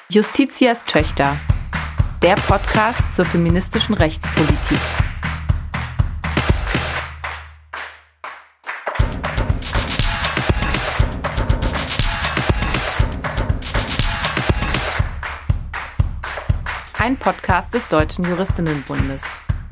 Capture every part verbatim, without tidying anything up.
Justitias Töchter, der Podcast zur feministischen Rechtspolitik. Ein Podcast des Deutschen Juristinnenbundes.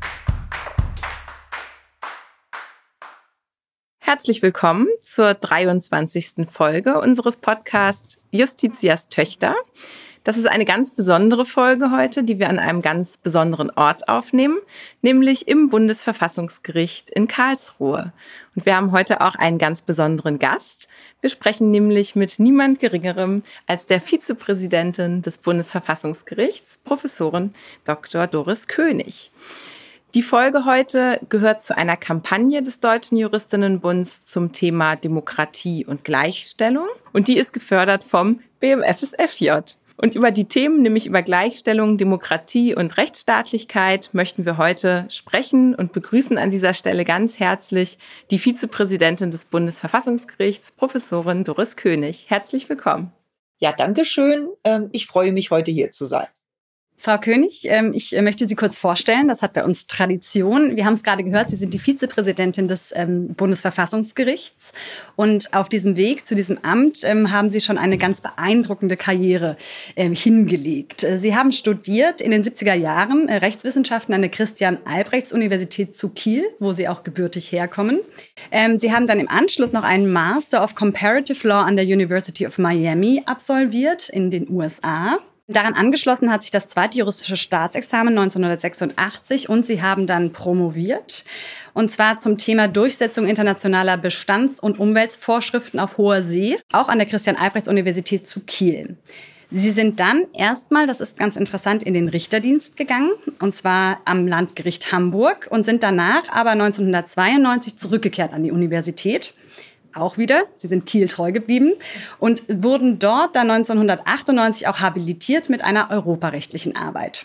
Herzlich willkommen zur dreiundzwanzigsten Folge unseres Podcasts Justitias Töchter. Das ist eine ganz besondere Folge heute, die wir an einem ganz besonderen Ort aufnehmen, nämlich im Bundesverfassungsgericht in Karlsruhe. Und wir haben heute auch einen ganz besonderen Gast. Wir sprechen nämlich mit niemand Geringerem als der Vizepräsidentin des Bundesverfassungsgerichts, Professorin Doktor Doris König. Die Folge heute gehört zu einer Kampagne des Deutschen Juristinnenbunds zum Thema Demokratie und Gleichstellung. Und die ist gefördert vom B M F S F J. Und über die Themen, nämlich über Gleichstellung, Demokratie und Rechtsstaatlichkeit, möchten wir heute sprechen und begrüßen an dieser Stelle ganz herzlich die Vizepräsidentin des Bundesverfassungsgerichts, Professorin Doris König. Herzlich willkommen. Ja, danke schön. Ich freue mich, heute hier zu sein. Frau König, ich möchte Sie kurz vorstellen. Das hat bei uns Tradition. Wir haben es gerade gehört, Sie sind die Vizepräsidentin des Bundesverfassungsgerichts. Und auf diesem Weg zu diesem Amt haben Sie schon eine ganz beeindruckende Karriere hingelegt. Sie haben studiert in den siebziger Jahren Rechtswissenschaften an der Christian-Albrechts-Universität zu Kiel, wo Sie auch gebürtig herkommen. Sie haben dann im Anschluss noch einen Master of Comparative Law an der University of Miami absolviert in den U S A. Daran angeschlossen hat sich das zweite juristische Staatsexamen neunzehnhundertsechsundachtzig und Sie haben dann promoviert. Und zwar zum Thema Durchsetzung internationaler Bestands- und Umweltvorschriften auf hoher See, auch an der Christian-Albrechts-Universität zu Kiel. Sie sind dann erstmal, das ist ganz interessant, in den Richterdienst gegangen, und zwar am Landgericht Hamburg, und sind danach aber neunzehnhundertzweiundneunzig zurückgekehrt an die Universität. Auch wieder, Sie sind Kiel treu geblieben und wurden dort dann neunzehnhundertachtundneunzig auch habilitiert mit einer europarechtlichen Arbeit.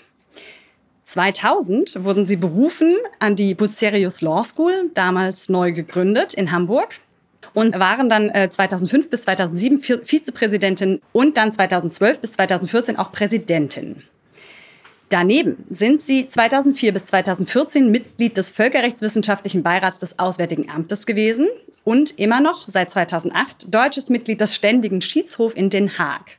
zweitausend wurden Sie berufen an die Bucerius Law School, damals neu gegründet in Hamburg, und waren dann äh, zweitausendfünf bis zweitausendsieben Vizepräsidentin und dann zweitausendzwölf bis zweitausendvierzehn auch Präsidentin. Daneben sind Sie zweitausendvier bis zweitausendvierzehn Mitglied des Völkerrechtswissenschaftlichen Beirats des Auswärtigen Amtes gewesen und immer noch seit zweitausendacht deutsches Mitglied des Ständigen Schiedshofs in Den Haag.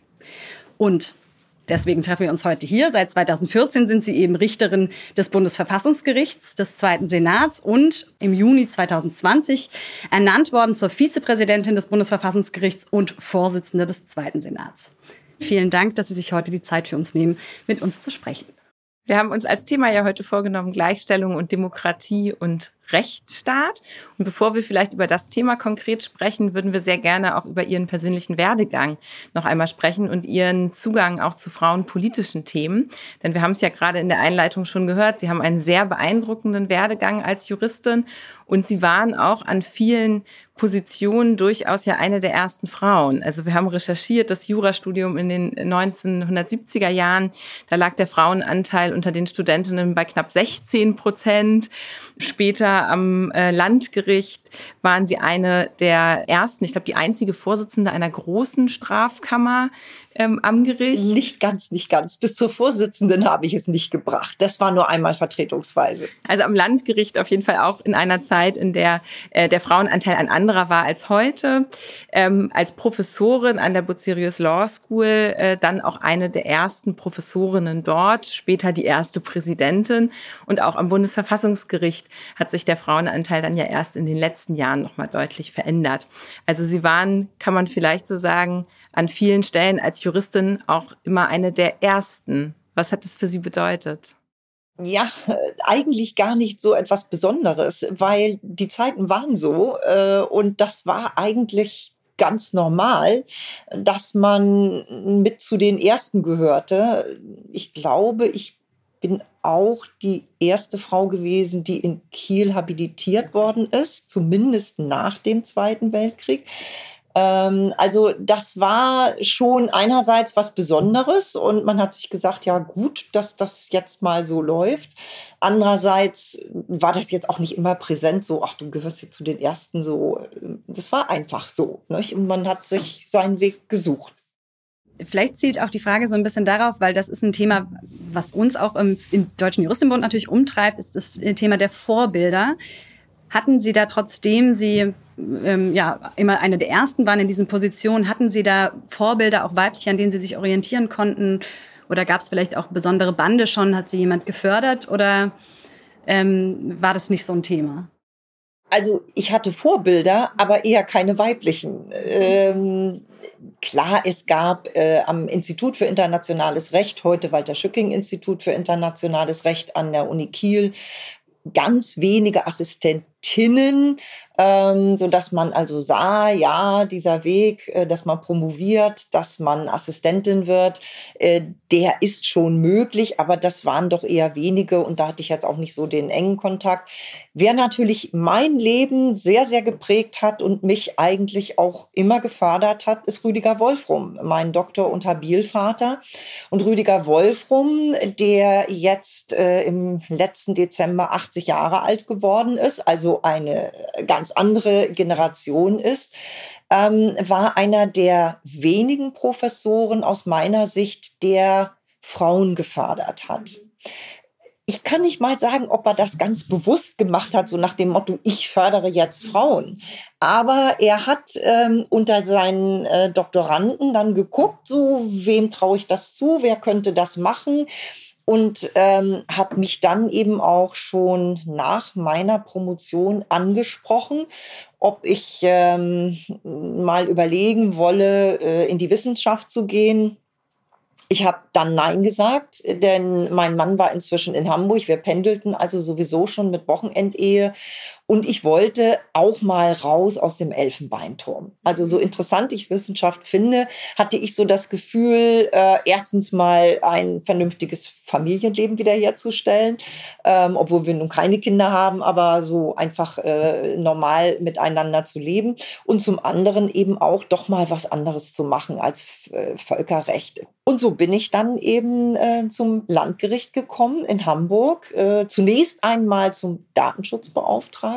Und deswegen treffen wir uns heute hier. Seit zweitausendvierzehn sind Sie eben Richterin des Bundesverfassungsgerichts, des Zweiten Senats und im Juni zweitausendzwanzig ernannt worden zur Vizepräsidentin des Bundesverfassungsgerichts und Vorsitzende des Zweiten Senats. Vielen Dank, dass Sie sich heute die Zeit für uns nehmen, mit uns zu sprechen. Wir haben uns als Thema ja heute vorgenommen, Gleichstellung und Demokratie und Rechtsstaat. Und bevor wir vielleicht über das Thema konkret sprechen, würden wir sehr gerne auch über Ihren persönlichen Werdegang noch einmal sprechen und Ihren Zugang auch zu frauenpolitischen Themen. Denn wir haben es ja gerade in der Einleitung schon gehört, Sie haben einen sehr beeindruckenden Werdegang als Juristin und Sie waren auch an vielen Positionen durchaus ja eine der ersten Frauen. Also wir haben recherchiert, das Jurastudium in den neunzehnhundertsiebziger Jahren, da lag der Frauenanteil unter den Studentinnen bei knapp sechzehn Prozent. Später am äh, Landgericht waren Sie eine der ersten, ich glaube die einzige Vorsitzende einer großen Strafkammer ähm, am Gericht. Nicht ganz, nicht ganz. Bis zur Vorsitzenden habe ich es nicht gebracht. Das war nur einmal vertretungsweise. Also am Landgericht auf jeden Fall auch in einer Zeit, in der äh, der Frauenanteil ein anderer war als heute. Ähm, als Professorin an der Bucerius Law School äh, dann auch eine der ersten Professorinnen dort, später die erste Präsidentin. Und auch am Bundesverfassungsgericht hat sich der Frauenanteil dann ja erst in den letzten Jahren nochmal deutlich verändert. Also Sie waren, kann man vielleicht so sagen, an vielen Stellen als Juristin auch immer eine der ersten. Was hat das für Sie bedeutet? Ja, eigentlich gar nicht so etwas Besonderes, weil die Zeiten waren so äh, und das war eigentlich ganz normal, dass man mit zu den Ersten gehörte. Ich glaube, ich bin auch die erste Frau gewesen, die in Kiel habilitiert worden ist, zumindest nach dem Zweiten Weltkrieg. Also das war schon einerseits was Besonderes und man hat sich gesagt, ja gut, dass das jetzt mal so läuft. Andererseits war das jetzt auch nicht immer präsent, so, ach, du gehörst jetzt zu den Ersten, so. Das war einfach so, nicht? Und man hat sich seinen Weg gesucht. Vielleicht zielt auch die Frage so ein bisschen darauf, weil das ist ein Thema, was uns auch im, im Deutschen Juristenbund natürlich umtreibt, ist das Thema der Vorbilder. Hatten Sie da, trotzdem Sie ähm, ja immer eine der Ersten waren in diesen Positionen, hatten Sie da Vorbilder, auch weibliche, an denen Sie sich orientieren konnten? Oder gab es vielleicht auch besondere Bande schon? Hat Sie jemand gefördert oder ähm, war das nicht so ein Thema? Also ich hatte Vorbilder, aber eher keine weiblichen. Ähm, klar, es gab äh, am Institut für internationales Recht, heute Walter-Schücking-Institut für internationales Recht an der Uni Kiel, ganz wenige Assistentinnen, ähm, so dass man also sah, ja, dieser Weg, äh, dass man promoviert, dass man Assistentin wird, äh, der ist schon möglich, aber das waren doch eher wenige und da hatte ich jetzt auch nicht so den engen Kontakt. Wer natürlich mein Leben sehr, sehr geprägt hat und mich eigentlich auch immer gefördert hat, ist Rüdiger Wolfrum, mein Doktor- und Habilvater. Und Rüdiger Wolfrum, der jetzt äh, im letzten Dezember achtzig Jahre alt geworden ist, also eine ganz andere Generation ist, ähm, war einer der wenigen Professoren aus meiner Sicht, der Frauen gefördert hat. Ich kann nicht mal sagen, ob er das ganz bewusst gemacht hat, so nach dem Motto, ich fördere jetzt Frauen. Aber er hat ähm, unter seinen äh, Doktoranden dann geguckt, so wem traue ich das zu, wer könnte das machen? Und ähm, hat mich dann eben auch schon nach meiner Promotion angesprochen, ob ich ähm, mal überlegen wolle, äh, in die Wissenschaft zu gehen. Ich habe dann Nein gesagt, denn mein Mann war inzwischen in Hamburg. Wir pendelten also sowieso schon mit Wochenendehe. Und ich wollte auch mal raus aus dem Elfenbeinturm. Also so interessant ich Wissenschaft finde, hatte ich so das Gefühl, äh, erstens mal ein vernünftiges Familienleben wiederherzustellen, ähm, obwohl wir nun keine Kinder haben, aber so einfach äh, normal miteinander zu leben. Und zum anderen eben auch doch mal was anderes zu machen als äh, Völkerrecht. Und so bin ich dann eben äh, zum Landgericht gekommen in Hamburg. Äh, zunächst einmal zum Datenschutzbeauftragten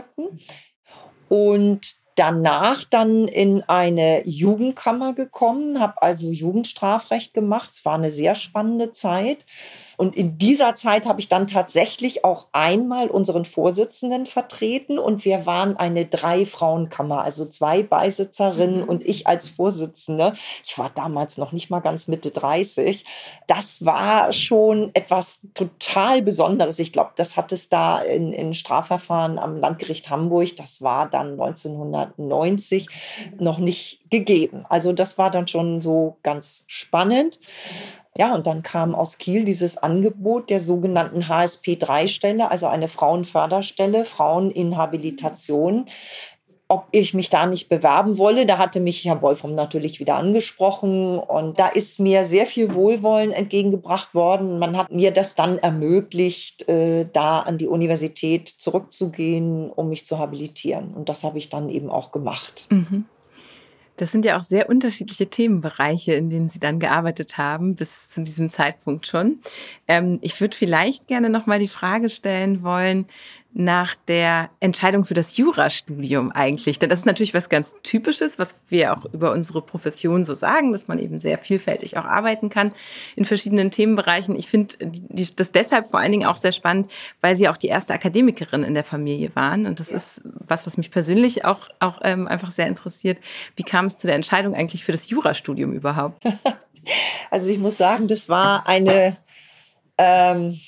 und danach dann in eine Jugendkammer gekommen, habe also Jugendstrafrecht gemacht. Es war eine sehr spannende Zeit. Und in dieser Zeit habe ich dann tatsächlich auch einmal unseren Vorsitzenden vertreten und wir waren eine Drei-Frauen-Kammer, also zwei Beisitzerinnen und ich als Vorsitzende. Ich war damals noch nicht mal ganz Mitte dreißig. Das war schon etwas total Besonderes. Ich glaube, das hat es da in, in Strafverfahren am Landgericht Hamburg, das war dann neunzehnhundertneunzig, noch nicht gegeben. Also das war dann schon so ganz spannend. Ja, und dann kam aus Kiel dieses Angebot der sogenannten H S P drei Stelle, also eine Frauenförderstelle, Frauen in Habilitation. Ob ich mich da nicht bewerben wolle, da hatte mich Herr Wolfram natürlich wieder angesprochen und da ist mir sehr viel Wohlwollen entgegengebracht worden. Man hat mir das dann ermöglicht, äh, da an die Universität zurückzugehen, um mich zu habilitieren. Und das habe ich dann eben auch gemacht. Mhm. Das sind ja auch sehr unterschiedliche Themenbereiche, in denen Sie dann gearbeitet haben, bis zu diesem Zeitpunkt schon. Ähm, ich würde vielleicht gerne noch mal die Frage stellen wollen nach der Entscheidung für das Jurastudium eigentlich. Denn das ist natürlich was ganz Typisches, was wir auch über unsere Profession so sagen, dass man eben sehr vielfältig auch arbeiten kann in verschiedenen Themenbereichen. Ich finde das deshalb vor allen Dingen auch sehr spannend, weil Sie auch die erste Akademikerin in der Familie waren. Und das ja. ist was, was mich persönlich auch, auch ähm, einfach sehr interessiert. Wie kam es zu der Entscheidung eigentlich für das Jurastudium überhaupt? Also ich muss sagen, das war eine... Ähm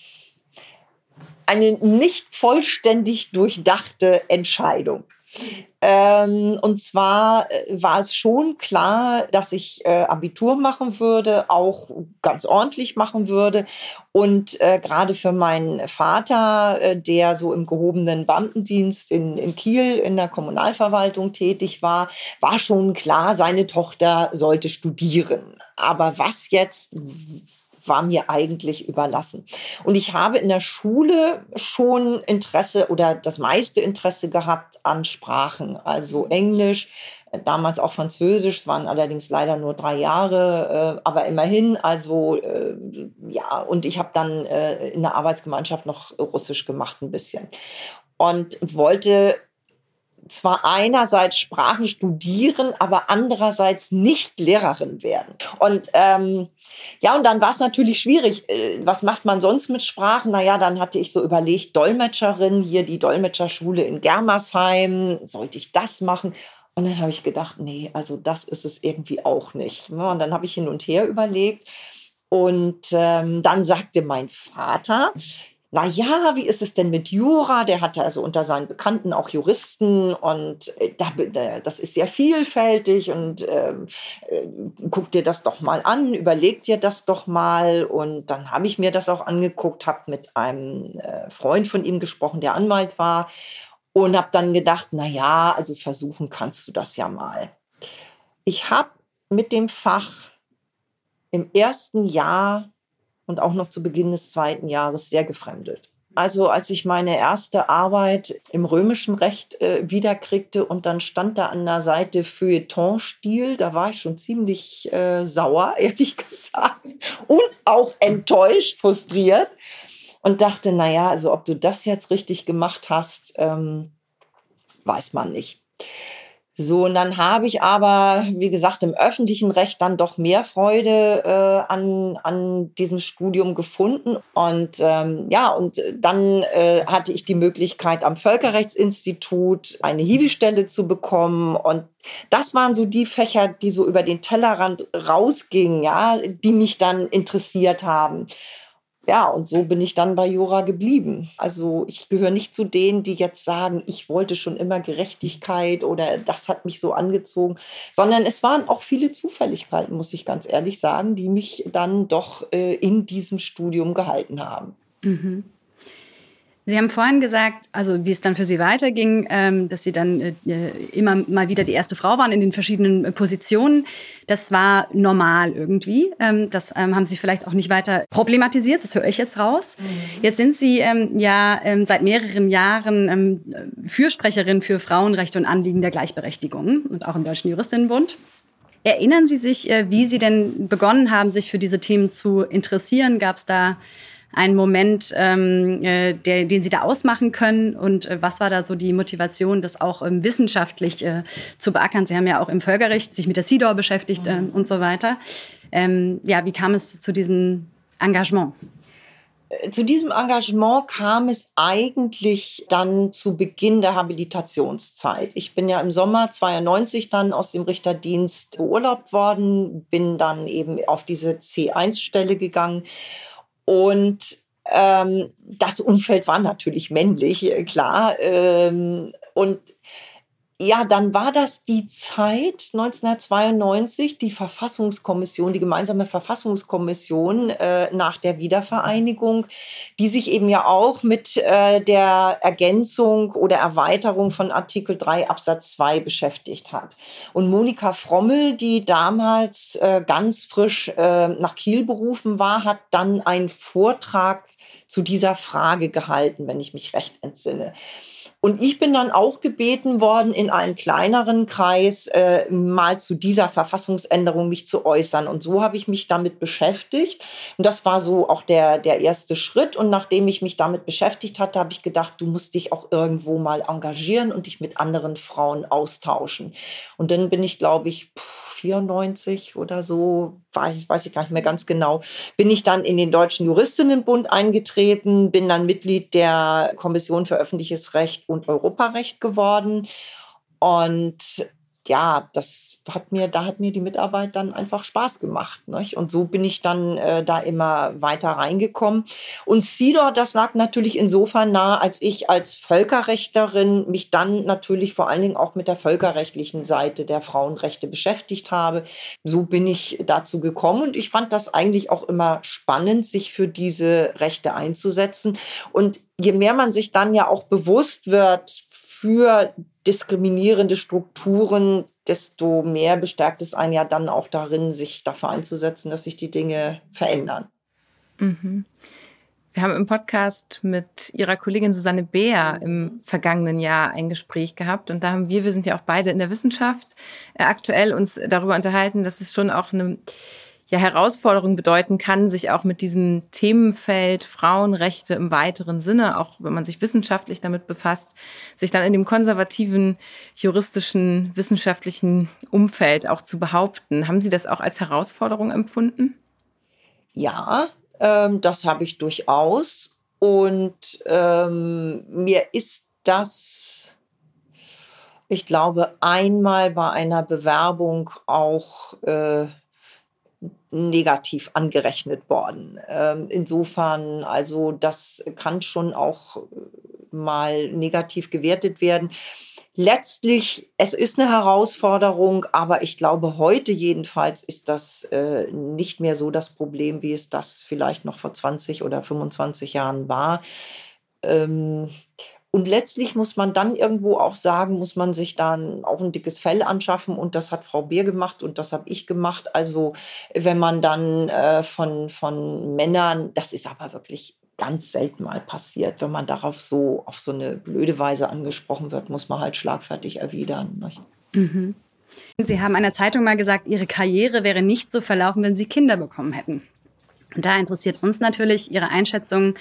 eine nicht vollständig durchdachte Entscheidung. Ähm, und zwar war es schon klar, dass ich äh, Abitur machen würde, auch ganz ordentlich machen würde. Und äh, gerade für meinen Vater, äh, der so im gehobenen Beamtendienst in, in Kiel in der Kommunalverwaltung tätig war, war schon klar, seine Tochter sollte studieren. Aber was jetzt war mir eigentlich überlassen. Und ich habe in der Schule schon Interesse oder das meiste Interesse gehabt an Sprachen, also Englisch, damals auch Französisch, es waren allerdings leider nur drei Jahre, aber immerhin, also ja, und ich habe dann in der Arbeitsgemeinschaft noch Russisch gemacht ein bisschen und wollte zwar einerseits Sprachen studieren, aber andererseits nicht Lehrerin werden. Und ähm, ja, und dann war es natürlich schwierig. Was macht man sonst mit Sprachen? Naja, dann hatte ich so überlegt, Dolmetscherin, hier die Dolmetscherschule in Germersheim, sollte ich das machen? Und dann habe ich gedacht, nee, also das ist es irgendwie auch nicht. Und dann habe ich hin und her überlegt. Und ähm, dann sagte mein Vater, na ja, wie ist es denn mit Jura? Der hatte also unter seinen Bekannten auch Juristen und äh, da, das ist sehr vielfältig und äh, äh, guck dir das doch mal an, überleg dir das doch mal. Und dann habe ich mir das auch angeguckt, habe mit einem äh, Freund von ihm gesprochen, der Anwalt war und habe dann gedacht, na ja, also versuchen kannst du das ja mal. Ich habe mit dem Fach im ersten Jahr und auch noch zu Beginn des zweiten Jahres sehr gefremdet. Also als ich meine erste Arbeit im römischen Recht äh, wiederkriegte und dann stand da an der Seite Feuilleton-Stil, da war ich schon ziemlich äh, sauer, ehrlich gesagt, und auch enttäuscht, frustriert und dachte, naja, also ob du das jetzt richtig gemacht hast, ähm, weiß man nicht. So, und dann habe ich aber, wie gesagt, im öffentlichen Recht dann doch mehr Freude äh, an, an diesem Studium gefunden. Und ähm, ja, und dann äh, hatte ich die Möglichkeit, am Völkerrechtsinstitut eine Hiwi-Stelle zu bekommen. Und das waren so die Fächer, die so über den Tellerrand rausgingen, ja, die mich dann interessiert haben. Ja, und so bin ich dann bei Jura geblieben. Also ich gehöre nicht zu denen, die jetzt sagen, ich wollte schon immer Gerechtigkeit oder das hat mich so angezogen, sondern es waren auch viele Zufälligkeiten, muss ich ganz ehrlich sagen, die mich dann doch äh, in diesem Studium gehalten haben. Mhm. Sie haben vorhin gesagt, also wie es dann für Sie weiterging, ähm, dass Sie dann äh, immer mal wieder die erste Frau waren in den verschiedenen äh, Positionen. Das war normal irgendwie. Ähm, das ähm, haben Sie vielleicht auch nicht weiter problematisiert. Das höre ich jetzt raus. Mhm. Jetzt sind Sie ähm, ja ähm, seit mehreren Jahren ähm, Fürsprecherin für Frauenrechte und Anliegen der Gleichberechtigung und auch im Deutschen Juristinnenbund. Erinnern Sie sich, äh, wie Sie denn begonnen haben, sich für diese Themen zu interessieren? Gab es da einen Moment, ähm, äh, der, den Sie da ausmachen können? Und äh, was war da so die Motivation, das auch ähm, wissenschaftlich äh, zu beackern? Sie haben ja auch im Völkerrecht sich mit der C I D O R beschäftigt äh, und so weiter. Ähm, ja, wie kam es zu diesem Engagement? Zu diesem Engagement kam es eigentlich dann zu Beginn der Habilitationszeit. Ich bin ja im Sommer zweiundneunzig dann aus dem Richterdienst beurlaubt worden, bin dann eben auf diese C eins Stelle gegangen. Und ähm, das Umfeld war natürlich männlich, klar. Ähm, und ja, dann war das die Zeit neunzehnhundertzweiundneunzig, die Verfassungskommission, die gemeinsame Verfassungskommission äh, nach der Wiedervereinigung, die sich eben ja auch mit äh, der Ergänzung oder Erweiterung von Artikel drei Absatz zwei beschäftigt hat. Und Monika Frommel, die damals äh, ganz frisch äh, nach Kiel berufen war, hat dann einen Vortrag zu dieser Frage gehalten, wenn ich mich recht entsinne. Und ich bin dann auch gebeten worden, in einem kleineren Kreis äh, mal zu dieser Verfassungsänderung mich zu äußern. Und so habe ich mich damit beschäftigt. Und das war so auch der, der erste Schritt. Und nachdem ich mich damit beschäftigt hatte, habe ich gedacht, du musst dich auch irgendwo mal engagieren und dich mit anderen Frauen austauschen. Und dann bin ich, glaube ich, vierundneunzig oder so, war ich, weiß ich gar nicht mehr ganz genau, bin ich dann in den Deutschen Juristinnenbund eingetreten, bin dann Mitglied der Kommission für öffentliches Recht und Europarecht geworden. Und ja, das hat mir, da hat mir die Mitarbeit dann einfach Spaß gemacht, nicht? Und so bin ich dann äh, da immer weiter reingekommen. Und C I D O R, das lag natürlich insofern nahe, als ich als Völkerrechtlerin mich dann natürlich vor allen Dingen auch mit der völkerrechtlichen Seite der Frauenrechte beschäftigt habe. So bin ich dazu gekommen und ich fand das eigentlich auch immer spannend, sich für diese Rechte einzusetzen. Und je mehr man sich dann ja auch bewusst wird für diskriminierende Strukturen, desto mehr bestärkt es einen ja dann auch darin, sich dafür einzusetzen, dass sich die Dinge verändern. Mhm. Wir haben im Podcast mit Ihrer Kollegin Susanne Beer im vergangenen Jahr ein Gespräch gehabt und da haben wir, wir sind ja auch beide in der Wissenschaft, äh, aktuell uns darüber unterhalten, dass es schon auch eine ja Herausforderung bedeuten kann, sich auch mit diesem Themenfeld Frauenrechte im weiteren Sinne, auch wenn man sich wissenschaftlich damit befasst, sich dann in dem konservativen, juristischen, wissenschaftlichen Umfeld auch zu behaupten. Haben Sie das auch als Herausforderung empfunden? Ja, ähm, das habe ich durchaus. Und ähm, mir ist das, ich glaube, einmal bei einer Bewerbung auch äh, negativ angerechnet worden. Ähm, insofern, also das kann schon auch mal negativ gewertet werden. Letztlich, es ist eine Herausforderung, aber ich glaube, heute jedenfalls ist das äh, nicht mehr so das Problem, wie es das vielleicht noch vor zwanzig oder fünfundzwanzig Jahren war. Ähm, Und letztlich muss man dann irgendwo auch sagen, muss man sich dann auch ein dickes Fell anschaffen. Und das hat Frau Beer gemacht und das habe ich gemacht. Also wenn man dann äh, von, von Männern, das ist aber wirklich ganz selten mal passiert, wenn man darauf so auf so eine blöde Weise angesprochen wird, muss man halt schlagfertig erwidern. Nicht? Mhm. Sie haben einer Zeitung mal gesagt, Ihre Karriere wäre nicht so verlaufen, wenn Sie Kinder bekommen hätten. Und da interessiert uns natürlich Ihre Einschätzung.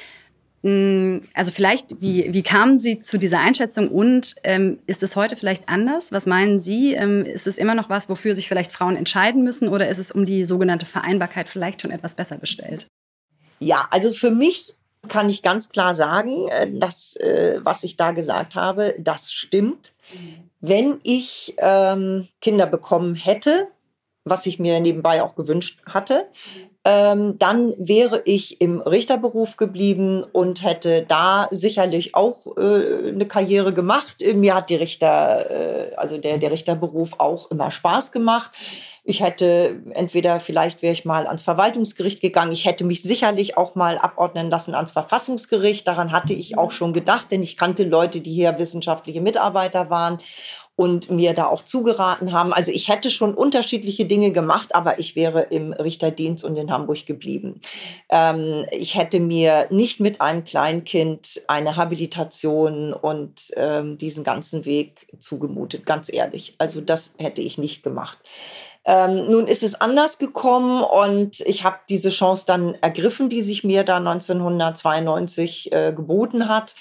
Also vielleicht, wie, wie kamen Sie zu dieser Einschätzung und ähm, ist es heute vielleicht anders? Was meinen Sie? Ähm, ist es immer noch was, wofür sich vielleicht Frauen entscheiden müssen oder ist es um die sogenannte Vereinbarkeit vielleicht schon etwas besser bestellt? Ja, also für mich kann ich ganz klar sagen, dass, was ich da gesagt habe, das stimmt. Wenn ich ähm, Kinder bekommen hätte, was ich mir nebenbei auch gewünscht hatte, ähm, dann wäre ich im Richterberuf geblieben und hätte da sicherlich auch äh, eine Karriere gemacht. Mir hat die Richter, äh, also der, der Richterberuf auch immer Spaß gemacht. Ich hätte entweder, vielleicht wäre ich mal ans Verwaltungsgericht gegangen. Ich hätte mich sicherlich auch mal abordnen lassen ans Verfassungsgericht. Daran hatte ich auch schon gedacht, denn ich kannte Leute, die hier wissenschaftliche Mitarbeiter waren und mir da auch zugeraten haben. Also ich hätte schon unterschiedliche Dinge gemacht, aber ich wäre im Richterdienst und in Hamburg geblieben. Ähm, ich hätte mir nicht mit einem Kleinkind eine Habilitation und ähm, diesen ganzen Weg zugemutet, ganz ehrlich. Also das hätte ich nicht gemacht. Ähm, nun ist es anders gekommen und ich habe diese Chance dann ergriffen, die sich mir da neunzehnhundertzweiundneunzig äh, geboten hat.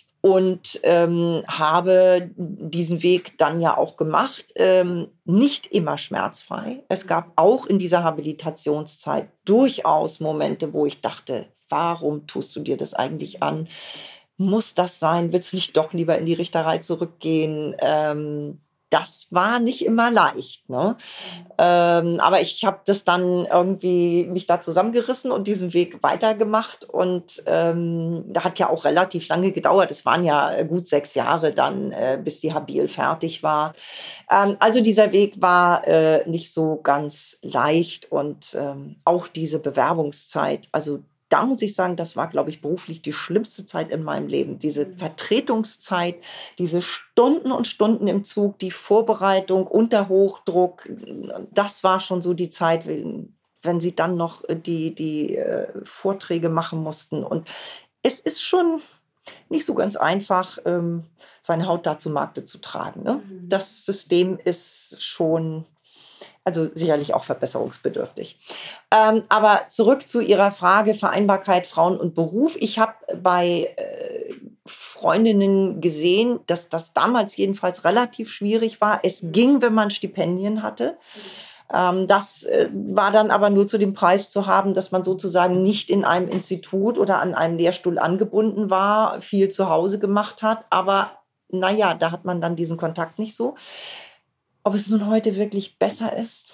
Und ähm, habe diesen Weg dann ja auch gemacht, ähm, nicht immer schmerzfrei. Es gab auch in dieser Habilitationszeit durchaus Momente, wo ich dachte, warum tust du dir das eigentlich an? Muss das sein? Willst du nicht doch lieber in die Richterei zurückgehen? Ähm, das war nicht immer leicht, ne? Ähm, aber ich habe das dann irgendwie mich da zusammengerissen und diesen Weg weitergemacht. Und ähm, da hat ja auch relativ lange gedauert. Es waren ja gut sechs Jahre dann, äh, bis die Habil fertig war. Ähm, also dieser Weg war äh, nicht so ganz leicht und ähm, auch diese Bewerbungszeit, also da muss ich sagen, das war, glaube ich, beruflich die schlimmste Zeit in meinem Leben. Diese Vertretungszeit, diese Stunden und Stunden im Zug, die Vorbereitung unter Hochdruck, das war schon so die Zeit, wenn sie dann noch die, die äh, Vorträge machen mussten. Und es ist schon nicht so ganz einfach, ähm, seine Haut da zu Markte zu tragen. Ne? Mhm. Das System ist schon... Also sicherlich auch verbesserungsbedürftig. Ähm, aber zurück zu Ihrer Frage Vereinbarkeit Frauen und Beruf. Ich habe bei äh, Freundinnen gesehen, dass das damals jedenfalls relativ schwierig war. Es ging, wenn man Stipendien hatte. Ähm, das äh, war dann aber nur zu dem Preis zu haben, dass man sozusagen nicht in einem Institut oder an einem Lehrstuhl angebunden war, viel zu Hause gemacht hat. Aber naja, da hat man dann diesen Kontakt nicht so. Ob es nun heute wirklich besser ist,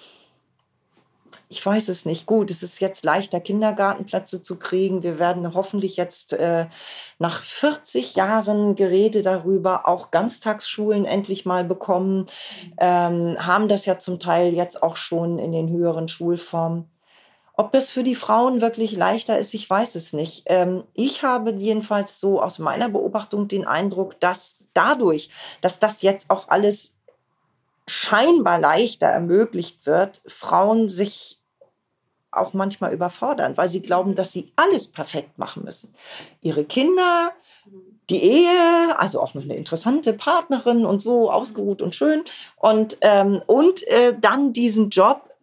ich weiß es nicht. Gut, es ist jetzt leichter, Kindergartenplätze zu kriegen. Wir werden hoffentlich jetzt äh, nach vierzig Jahren Gerede darüber auch Ganztagsschulen endlich mal bekommen. Ähm, haben das ja zum Teil jetzt auch schon in den höheren Schulformen. Ob es für die Frauen wirklich leichter ist, ich weiß es nicht. Ähm, ich habe jedenfalls so aus meiner Beobachtung den Eindruck, dass dadurch, dass das jetzt auch alles scheinbar leichter ermöglicht wird, Frauen sich auch manchmal überfordern, weil sie glauben, dass sie alles perfekt machen müssen. Ihre Kinder, die Ehe, also auch noch eine interessante Partnerin und so, ausgeruht und schön. Und, ähm, und äh, dann diesen Job,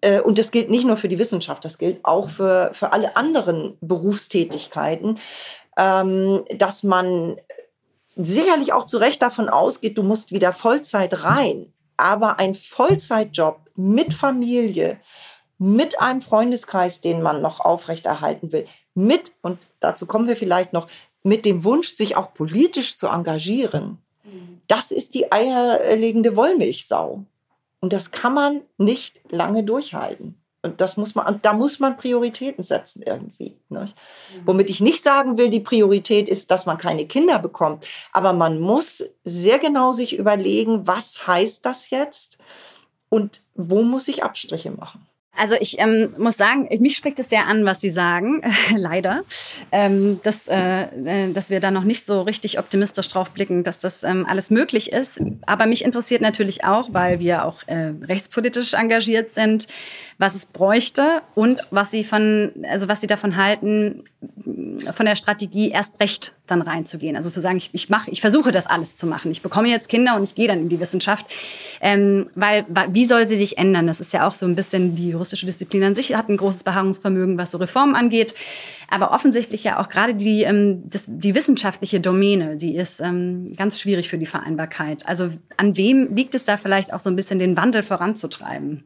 äh, und das gilt nicht nur für die Wissenschaft, das gilt auch für, für alle anderen Berufstätigkeiten, ähm, dass man sicherlich auch zu Recht davon ausgeht, du musst wieder Vollzeit rein. Aber ein Vollzeitjob mit Familie, mit einem Freundeskreis, den man noch aufrechterhalten will, mit, und dazu kommen wir vielleicht noch, mit dem Wunsch, sich auch politisch zu engagieren, das ist die eierlegende Wollmilchsau. Und das kann man nicht lange durchhalten. Und das muss man, und da muss man Prioritäten setzen irgendwie. Nicht? Mhm. Womit ich nicht sagen will, die Priorität ist, dass man keine Kinder bekommt. Aber man muss sehr genau sich überlegen, was heißt das jetzt und wo muss ich Abstriche machen. Also ich ähm, muss sagen, mich spricht es sehr an, was Sie sagen, äh, leider, ähm, dass, äh, dass wir da noch nicht so richtig optimistisch drauf blicken, dass das ähm, alles möglich ist. Aber mich interessiert natürlich auch, weil wir auch äh, rechtspolitisch engagiert sind, was es bräuchte und was Sie von, also was Sie davon halten, von der Strategie erst recht dann reinzugehen. Also zu sagen, ich, ich mache, ich versuche das alles zu machen. Ich bekomme jetzt Kinder und ich gehe dann in die Wissenschaft. Ähm, weil, wie soll sie sich ändern? Das ist ja auch so ein bisschen die juristische Disziplin an sich, hat ein großes Beharrungsvermögen, was so Reformen angeht. Aber offensichtlich ja auch gerade die, ähm, das, die wissenschaftliche Domäne, die ist ähm, ganz schwierig für die Vereinbarkeit. Also an wem liegt es da vielleicht auch so ein bisschen, den Wandel voranzutreiben?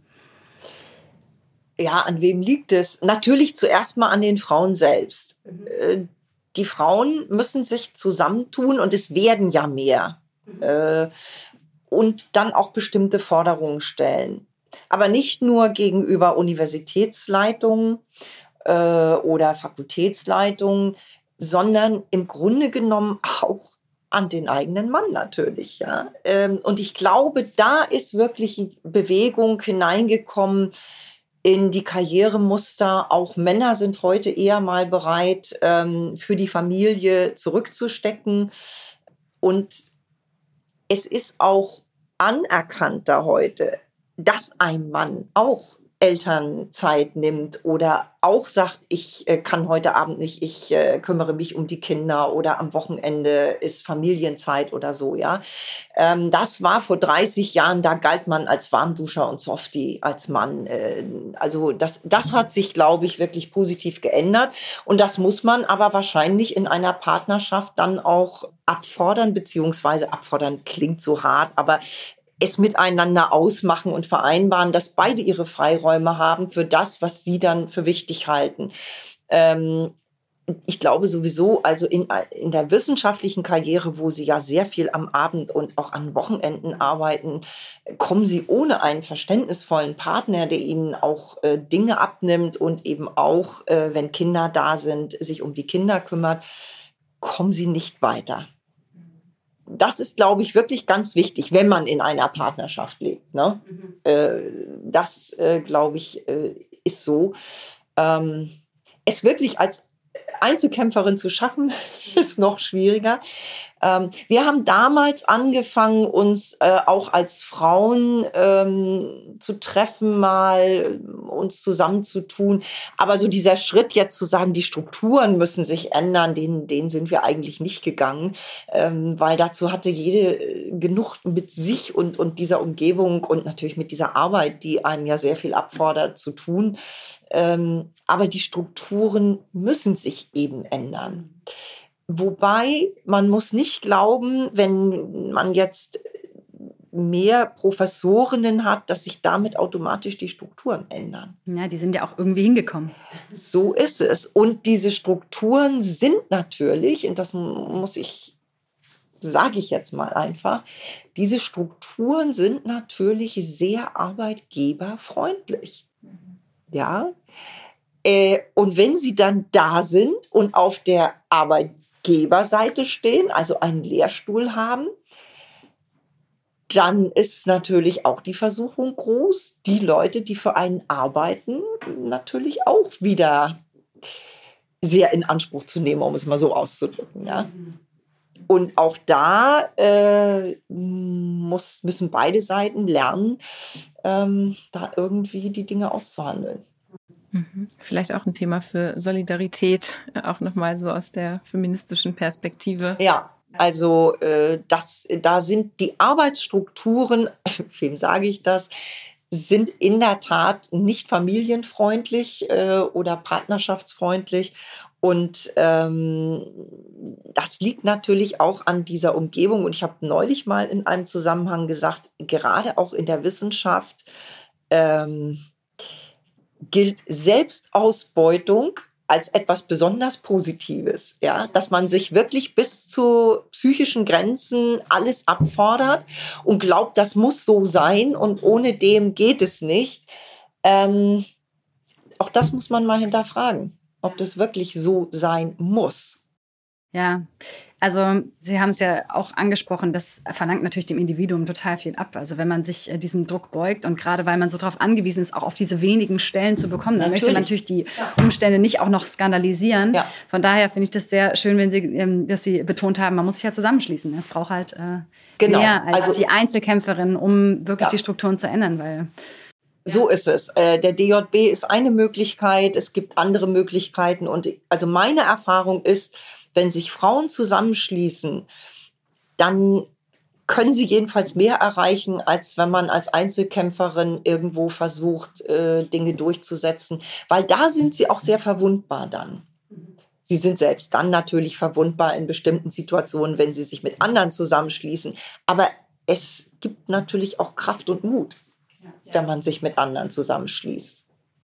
Ja, an wem liegt es? Natürlich zuerst mal an den Frauen selbst. Mhm. Die Frauen müssen sich zusammentun und es werden ja mehr. Mhm. Äh, und dann auch bestimmte Forderungen stellen. Aber nicht nur gegenüber Universitätsleitungen äh, oder Fakultätsleitungen, sondern im Grunde genommen auch an den eigenen Mann natürlich. Ja? Ähm, und ich glaube, da ist wirklich Bewegung hineingekommen in die Karrieremuster. Auch Männer sind heute eher mal bereit, ähm, für die Familie zurückzustecken. Und es ist auch anerkannter heute, dass ein Mann auch Elternzeit nimmt oder auch sagt, ich äh, kann heute Abend nicht, ich äh, kümmere mich um die Kinder oder am Wochenende ist Familienzeit oder so, ja. Ähm, das war vor dreißig Jahren, da galt man als Warmduscher und Softie als Mann. Äh, also das, das hat sich, glaube ich, wirklich positiv geändert und das muss man aber wahrscheinlich in einer Partnerschaft dann auch abfordern, beziehungsweise abfordern klingt so hart, aber es miteinander ausmachen und vereinbaren, dass beide ihre Freiräume haben für das, was sie dann für wichtig halten. Ähm, ich glaube sowieso, also in, in der wissenschaftlichen Karriere, wo sie ja sehr viel am Abend und auch an Wochenenden arbeiten, kommen sie ohne einen verständnisvollen Partner, der ihnen auch äh, Dinge abnimmt und eben auch, äh, wenn Kinder da sind, sich um die Kinder kümmert, kommen sie nicht weiter. Das ist, glaube ich, wirklich ganz wichtig, wenn man in einer Partnerschaft lebt. Ne? Mhm. Äh, das, äh, glaube ich, äh, ist so. Ähm, es wirklich als Einzelkämpferin zu schaffen, ist noch schwieriger. Ähm, wir haben damals angefangen, uns äh, auch als Frauen ähm, zu treffen, mal uns zusammenzutun. Aber so dieser Schritt jetzt zu sagen, die Strukturen müssen sich ändern, den, den sind wir eigentlich nicht gegangen, ähm, weil dazu hatte jede genug mit sich und, und dieser Umgebung und natürlich mit dieser Arbeit, die einem ja sehr viel abfordert, zu tun. Ähm, aber die Strukturen müssen sich eben ändern. Wobei, man muss nicht glauben, wenn man jetzt mehr Professorinnen hat, dass sich damit automatisch die Strukturen ändern. Ja, die sind ja auch irgendwie hingekommen. So ist es. Und diese Strukturen sind natürlich, und das muss ich, sage ich jetzt mal einfach, diese Strukturen sind natürlich sehr arbeitgeberfreundlich. Ja. Äh, und wenn sie dann da sind und auf der Arbeitgeberseite stehen, also einen Lehrstuhl haben, dann ist natürlich auch die Versuchung groß, die Leute, die für einen arbeiten, natürlich auch wieder sehr in Anspruch zu nehmen, um es mal so auszudrücken. Ja? Und auch da äh, muss, müssen beide Seiten lernen, ähm, da irgendwie die Dinge auszuhandeln. Vielleicht auch ein Thema für Solidarität, auch nochmal so aus der feministischen Perspektive. Ja, also äh, das, da sind die Arbeitsstrukturen, wem sage ich das, sind in der Tat nicht familienfreundlich äh, oder partnerschaftsfreundlich. Und ähm, das liegt natürlich auch an dieser Umgebung. Und ich habe neulich mal in einem Zusammenhang gesagt, gerade auch in der Wissenschaft ähm, gilt Selbstausbeutung als etwas besonders Positives, ja, dass man sich wirklich bis zu psychischen Grenzen alles abfordert und glaubt, das muss so sein und ohne dem geht es nicht. Ähm, auch das muss man mal hinterfragen, ob das wirklich so sein muss. Ja, also Sie haben es ja auch angesprochen, das verlangt natürlich dem Individuum total viel ab. Also wenn man sich äh, diesem Druck beugt und gerade weil man so darauf angewiesen ist, auch auf diese wenigen Stellen zu bekommen, dann möchte man natürlich die ja. Umstände nicht auch noch skandalisieren. Ja. Von daher finde ich das sehr schön, wenn Sie, ähm, dass Sie betont haben, man muss sich ja zusammenschließen. Es braucht halt äh, genau. mehr als also, die Einzelkämpferin, um wirklich ja. die Strukturen zu ändern, weil so ist es. Der D J B ist eine Möglichkeit, es gibt andere Möglichkeiten und also meine Erfahrung ist, wenn sich Frauen zusammenschließen, dann können sie jedenfalls mehr erreichen, als wenn man als Einzelkämpferin irgendwo versucht, äh, Dinge durchzusetzen. Weil da sind sie auch sehr verwundbar dann. Sie sind selbst dann natürlich verwundbar in bestimmten Situationen, wenn sie sich mit anderen zusammenschließen. Aber es gibt natürlich auch Kraft und Mut, wenn man sich mit anderen zusammenschließt.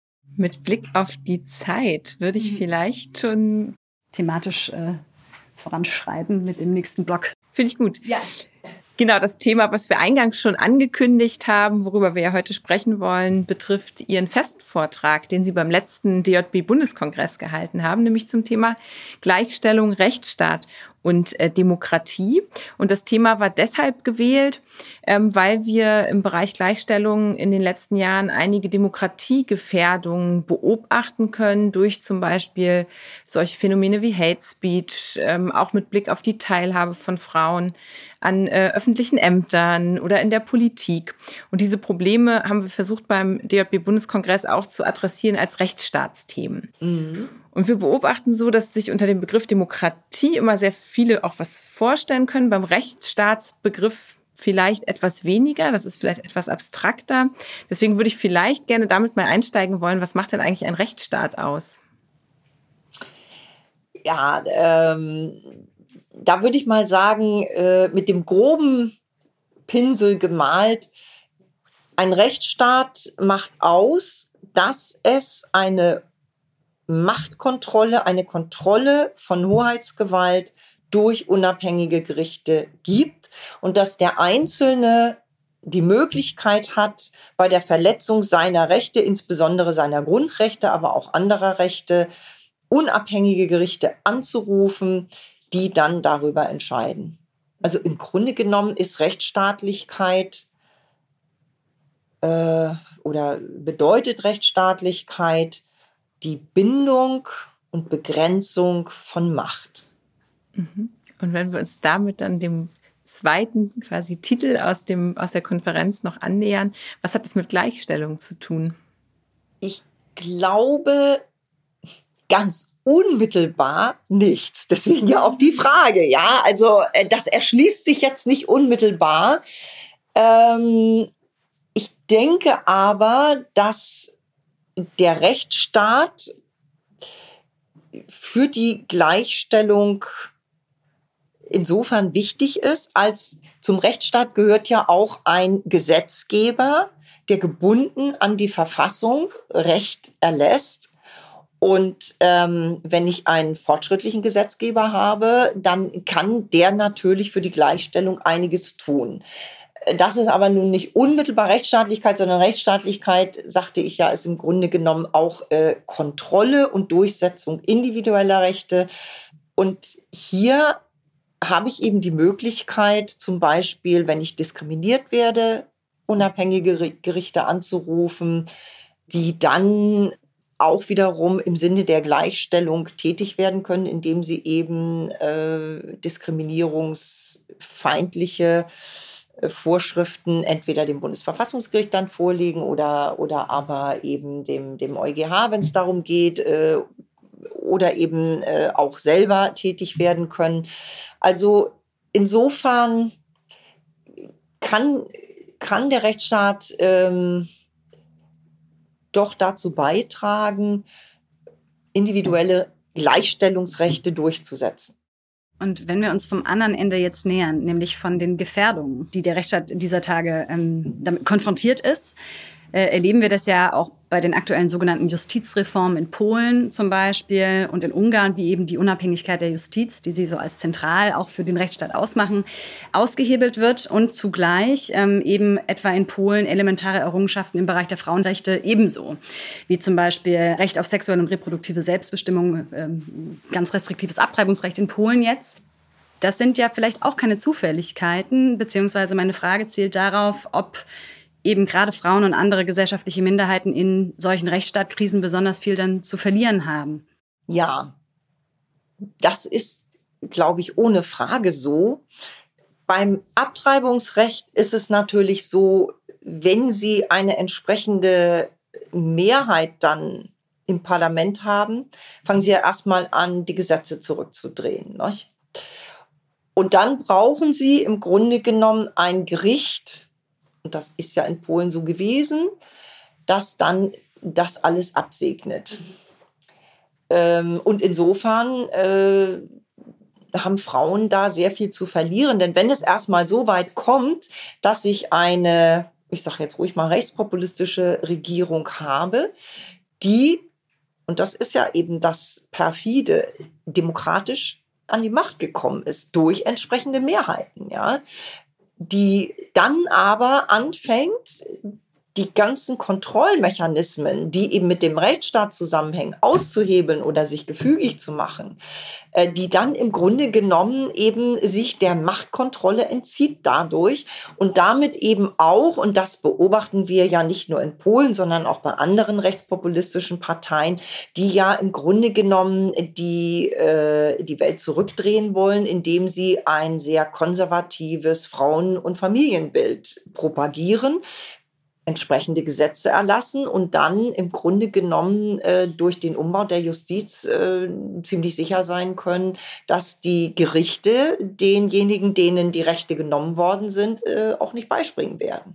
Mit Blick auf die Zeit würde ich vielleicht schon thematisch äh, voranschreiten mit dem nächsten Block. Finde ich gut. Ja. Genau, das Thema, was wir eingangs schon angekündigt haben, worüber wir ja heute sprechen wollen, betrifft Ihren Festvortrag, den Sie beim letzten D J B-Bundeskongress gehalten haben, nämlich zum Thema Gleichstellung, Rechtsstaat und äh, Demokratie. Und das Thema war deshalb gewählt, ähm, weil wir im Bereich Gleichstellung in den letzten Jahren einige Demokratiegefährdungen beobachten können, durch zum Beispiel solche Phänomene wie Hate Speech, ähm, auch mit Blick auf die Teilhabe von Frauen an äh, öffentlichen Ämtern oder in der Politik. Und diese Probleme haben wir versucht beim D J B-Bundeskongress auch zu adressieren als Rechtsstaatsthemen. Mhm. Und wir beobachten so, dass sich unter dem Begriff Demokratie immer sehr viele auch was vorstellen können. Beim Rechtsstaatsbegriff vielleicht etwas weniger, das ist vielleicht etwas abstrakter. Deswegen würde ich vielleicht gerne damit mal einsteigen wollen, was macht denn eigentlich ein Rechtsstaat aus? Ja, ähm, da würde ich mal sagen, äh, mit dem groben Pinsel gemalt, ein Rechtsstaat macht aus, dass es eine Machtkontrolle, eine Kontrolle von Hoheitsgewalt durch unabhängige Gerichte gibt und dass der Einzelne die Möglichkeit hat, bei der Verletzung seiner Rechte, insbesondere seiner Grundrechte, aber auch anderer Rechte, unabhängige Gerichte anzurufen, die dann darüber entscheiden. Also im Grunde genommen ist Rechtsstaatlichkeit äh, oder bedeutet Rechtsstaatlichkeit die Bindung und Begrenzung von Macht. Und wenn wir uns damit dann dem zweiten quasi Titel aus, dem, aus der Konferenz noch annähern, was hat das mit Gleichstellung zu tun? Ich glaube, ganz unmittelbar nichts. Deswegen ja auch die Frage, ja, also das erschließt sich jetzt nicht unmittelbar. Ähm, ich denke aber, dass der Rechtsstaat für die Gleichstellung insofern wichtig ist, als zum Rechtsstaat gehört ja auch ein Gesetzgeber, der gebunden an die Verfassung Recht erlässt. Und ähm, wenn ich einen fortschrittlichen Gesetzgeber habe, dann kann der natürlich für die Gleichstellung einiges tun. Das ist aber nun nicht unmittelbar Rechtsstaatlichkeit, sondern Rechtsstaatlichkeit, sagte ich ja, ist im Grunde genommen auch äh, Kontrolle und Durchsetzung individueller Rechte. Und hier habe ich eben die Möglichkeit, zum Beispiel, wenn ich diskriminiert werde, unabhängige Gerichte anzurufen, die dann auch wiederum im Sinne der Gleichstellung tätig werden können, indem sie eben äh, diskriminierungsfeindliche Vorschriften entweder dem Bundesverfassungsgericht dann vorlegen oder, oder aber eben dem, dem EuGH, wenn es darum geht, äh, oder eben äh, auch selber tätig werden können. Also insofern kann, kann der Rechtsstaat ähm, doch dazu beitragen, individuelle Gleichstellungsrechte durchzusetzen. Und wenn wir uns vom anderen Ende jetzt nähern, nämlich von den Gefährdungen, die der Rechtsstaat dieser Tage ähm, damit konfrontiert ist, äh, erleben wir das ja auch bei den aktuellen sogenannten Justizreformen in Polen zum Beispiel und in Ungarn, wie eben die Unabhängigkeit der Justiz, die sie so als zentral auch für den Rechtsstaat ausmachen, ausgehebelt wird und zugleich ähm, eben etwa in Polen elementare Errungenschaften im Bereich der Frauenrechte ebenso, wie zum Beispiel Recht auf sexuelle und reproduktive Selbstbestimmung, ähm, ganz restriktives Abtreibungsrecht in Polen jetzt. Das sind ja vielleicht auch keine Zufälligkeiten, beziehungsweise meine Frage zielt darauf, ob eben gerade Frauen und andere gesellschaftliche Minderheiten in solchen Rechtsstaatkrisen besonders viel dann zu verlieren haben. Ja, das ist, glaube ich, ohne Frage so. Beim Abtreibungsrecht ist es natürlich so, wenn Sie eine entsprechende Mehrheit dann im Parlament haben, fangen Sie ja erstmal an, die Gesetze zurückzudrehen, nicht? Und dann brauchen Sie im Grunde genommen ein Gericht, und das ist ja in Polen so gewesen, dass dann das alles absegnet. Mhm. Ähm, und insofern äh, haben Frauen da sehr viel zu verlieren. Denn wenn es erstmal so weit kommt, dass ich eine, ich sage jetzt ruhig mal, rechtspopulistische Regierung habe, die, und das ist ja eben das perfide, demokratisch an die Macht gekommen ist durch entsprechende Mehrheiten, ja, die dann aber anfängt, die ganzen Kontrollmechanismen, die eben mit dem Rechtsstaat zusammenhängen, auszuhebeln oder sich gefügig zu machen, äh, die dann im Grunde genommen eben sich der Machtkontrolle entzieht dadurch und damit eben auch, und das beobachten wir ja nicht nur in Polen, sondern auch bei anderen rechtspopulistischen Parteien, die ja im Grunde genommen die, äh, die Welt zurückdrehen wollen, indem sie ein sehr konservatives Frauen- und Familienbild propagieren, entsprechende Gesetze erlassen und dann im Grunde genommen äh, durch den Umbau der Justiz äh, ziemlich sicher sein können, dass die Gerichte denjenigen, denen die Rechte genommen worden sind, äh, auch nicht beispringen werden.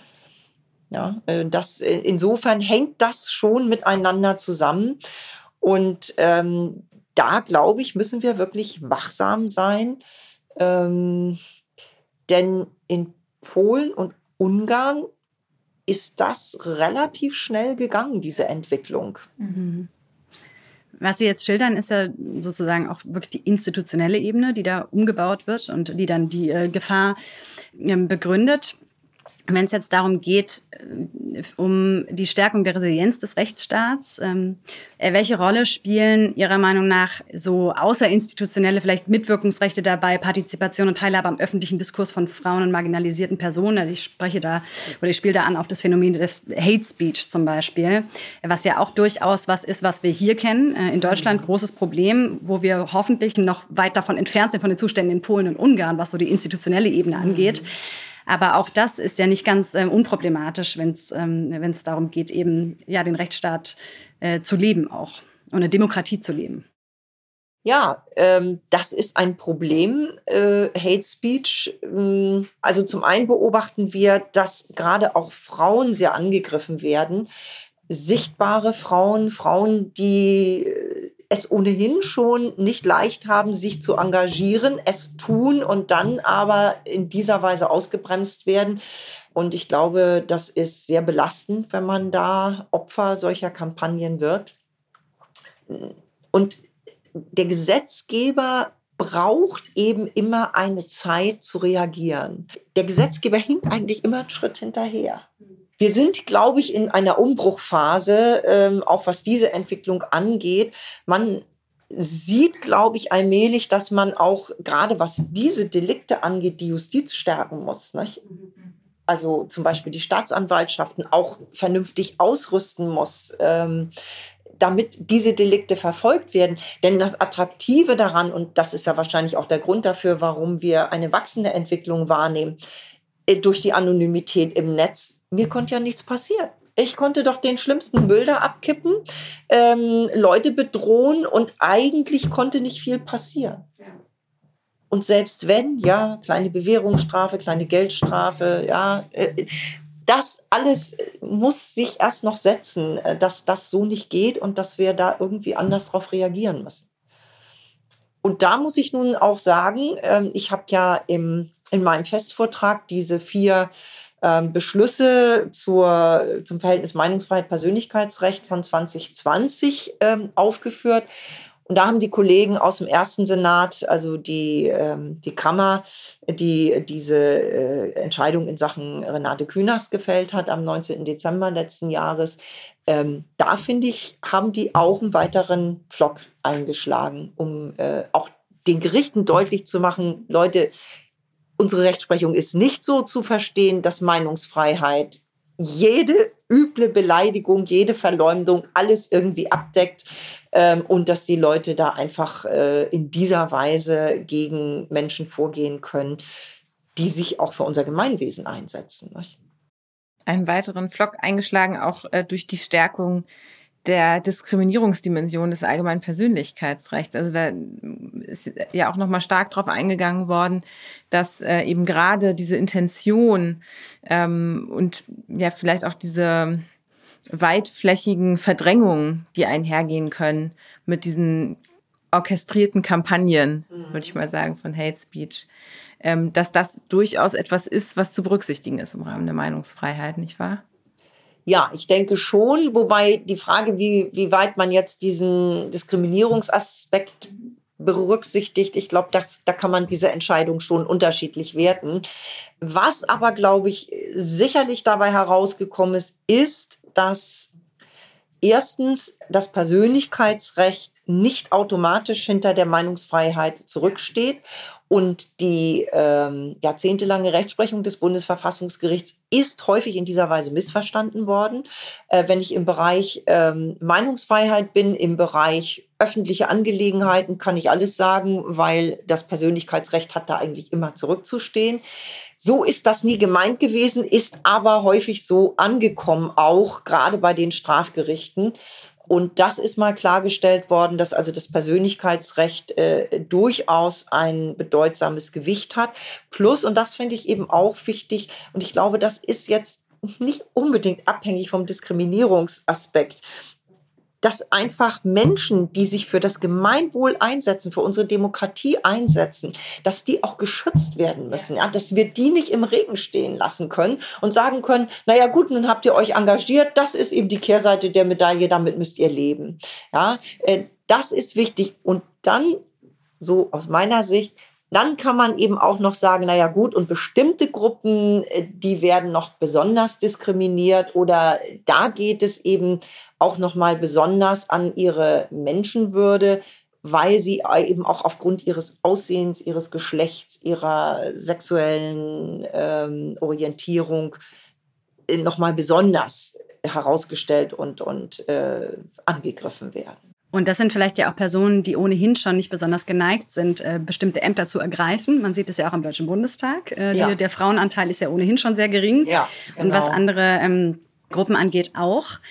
Ja, äh, das, äh, insofern hängt das schon miteinander zusammen. Und ähm, da, glaube ich, müssen wir wirklich wachsam sein. Ähm, denn in Polen und Ungarn ist das relativ schnell gegangen, diese Entwicklung. Mhm. Was Sie jetzt schildern, ist ja sozusagen auch wirklich die institutionelle Ebene, die da umgebaut wird und die dann die äh, Gefahr äh, begründet. Wenn es jetzt darum geht, um die Stärkung der Resilienz des Rechtsstaats, ähm, welche Rolle spielen Ihrer Meinung nach so außerinstitutionelle vielleicht Mitwirkungsrechte dabei, Partizipation und Teilhabe am öffentlichen Diskurs von Frauen und marginalisierten Personen? Also ich spreche da oder ich spiele da an auf das Phänomen des Hate Speech zum Beispiel, was ja auch durchaus was ist, was wir hier kennen. In Deutschland großes Problem, wo wir hoffentlich noch weit davon entfernt sind von den Zuständen in Polen und Ungarn, was so die institutionelle Ebene angeht. Aber auch das ist ja nicht ganz ähm, unproblematisch, wenn es ähm, wenn es darum geht, eben ja den Rechtsstaat äh, zu leben auch und eine Demokratie zu leben. Ja, ähm, das ist ein Problem, äh, Hate Speech. Ähm, also zum einen beobachten wir, dass gerade auch Frauen sehr angegriffen werden. Sichtbare Frauen, Frauen, die äh, es ohnehin schon nicht leicht haben, sich zu engagieren, es tun und dann aber in dieser Weise ausgebremst werden. Und ich glaube, das ist sehr belastend, wenn man da Opfer solcher Kampagnen wird. Und der Gesetzgeber braucht eben immer eine Zeit zu reagieren. Der Gesetzgeber hinkt eigentlich immer einen Schritt hinterher. Wir sind, glaube ich, in einer Umbruchphase, ähm, auch was diese Entwicklung angeht. Man sieht, glaube ich, allmählich, dass man auch, gerade was diese Delikte angeht, die Justiz stärken muss, nicht? Also zum Beispiel die Staatsanwaltschaften auch vernünftig ausrüsten muss, ähm, damit diese Delikte verfolgt werden. Denn das Attraktive daran, und das ist ja wahrscheinlich auch der Grund dafür, warum wir eine wachsende Entwicklung wahrnehmen, äh, durch die Anonymität im Netz, mir konnte ja nichts passieren. Ich konnte doch den schlimmsten Müll da abkippen, ähm, Leute bedrohen und eigentlich konnte nicht viel passieren. Ja. Und selbst wenn, ja, kleine Bewährungsstrafe, kleine Geldstrafe, ja, äh, das alles muss sich erst noch setzen, dass das so nicht geht und dass wir da irgendwie anders drauf reagieren müssen. Und da muss ich nun auch sagen, ich habe ja im, in meinem Festvortrag diese vier ähm, Beschlüsse zur, zum Verhältnis Meinungsfreiheit, Persönlichkeitsrecht von zwanzig zwanzig ähm, aufgeführt. Und da haben die Kollegen aus dem ersten Senat, also die, ähm, die Kammer, die diese äh, Entscheidung in Sachen Renate Künast gefällt hat am neunzehnten Dezember letzten Jahres, ähm, da finde ich, haben die auch einen weiteren Pflock eingeschlagen, um äh, auch den Gerichten deutlich zu machen, Leute, unsere Rechtsprechung ist nicht so zu verstehen, dass Meinungsfreiheit jede üble Beleidigung, jede Verleumdung, alles irgendwie abdeckt ähm, und dass die Leute da einfach äh, in dieser Weise gegen Menschen vorgehen können, die sich auch für unser Gemeinwesen einsetzen. Nicht? Einen weiteren Pflock eingeschlagen, auch äh, durch die Stärkung der Diskriminierungsdimension des allgemeinen Persönlichkeitsrechts. Also da ist ja auch nochmal stark drauf eingegangen worden, dass äh, eben gerade diese Intention ähm, und ja vielleicht auch diese weitflächigen Verdrängungen, die einhergehen können mit diesen orchestrierten Kampagnen, mhm. würde ich mal sagen, von Hate Speech, ähm, dass das durchaus etwas ist, was zu berücksichtigen ist im Rahmen der Meinungsfreiheit, nicht wahr? Ja, ich denke schon, wobei die Frage, wie, wie weit man jetzt diesen Diskriminierungsaspekt berücksichtigt, ich glaube, da kann man diese Entscheidung schon unterschiedlich werten. Was aber, glaube ich, sicherlich dabei herausgekommen ist, ist, dass erstens das Persönlichkeitsrecht nicht automatisch hinter der Meinungsfreiheit zurücksteht. Und die ähm, jahrzehntelange Rechtsprechung des Bundesverfassungsgerichts ist häufig in dieser Weise missverstanden worden. Äh, wenn ich im Bereich ähm, Meinungsfreiheit bin, im Bereich öffentliche Angelegenheiten, kann ich alles sagen, weil das Persönlichkeitsrecht hat da eigentlich immer zurückzustehen. So ist das nie gemeint gewesen, ist aber häufig so angekommen, auch gerade bei den Strafgerichten. Und das ist mal klargestellt worden, dass also das Persönlichkeitsrecht äh, durchaus ein bedeutsames Gewicht hat. Plus, und das finde ich eben auch wichtig, und ich glaube, das ist jetzt nicht unbedingt abhängig vom Diskriminierungsaspekt, dass einfach Menschen, die sich für das Gemeinwohl einsetzen, für unsere Demokratie einsetzen, dass die auch geschützt werden müssen, ja, dass wir die nicht im Regen stehen lassen können und sagen können, naja gut, nun habt ihr euch engagiert, das ist eben die Kehrseite der Medaille, damit müsst ihr leben. Ja, äh, das ist wichtig. Und dann, so aus meiner Sicht, dann kann man eben auch noch sagen, naja gut, und bestimmte Gruppen, die werden noch besonders diskriminiert oder da geht es eben auch noch mal besonders an ihre Menschenwürde, weil sie eben auch aufgrund ihres Aussehens, ihres Geschlechts, ihrer sexuellen ähm, Orientierung noch mal besonders herausgestellt und, und äh, angegriffen werden. Und das sind vielleicht ja auch Personen, die ohnehin schon nicht besonders geneigt sind, äh, bestimmte Ämter zu ergreifen. Man sieht es ja auch am Deutschen Bundestag. Äh, ja. die, der Frauenanteil ist ja ohnehin schon sehr gering. Ja, genau. Und was andere ähm, Gruppen angeht auch.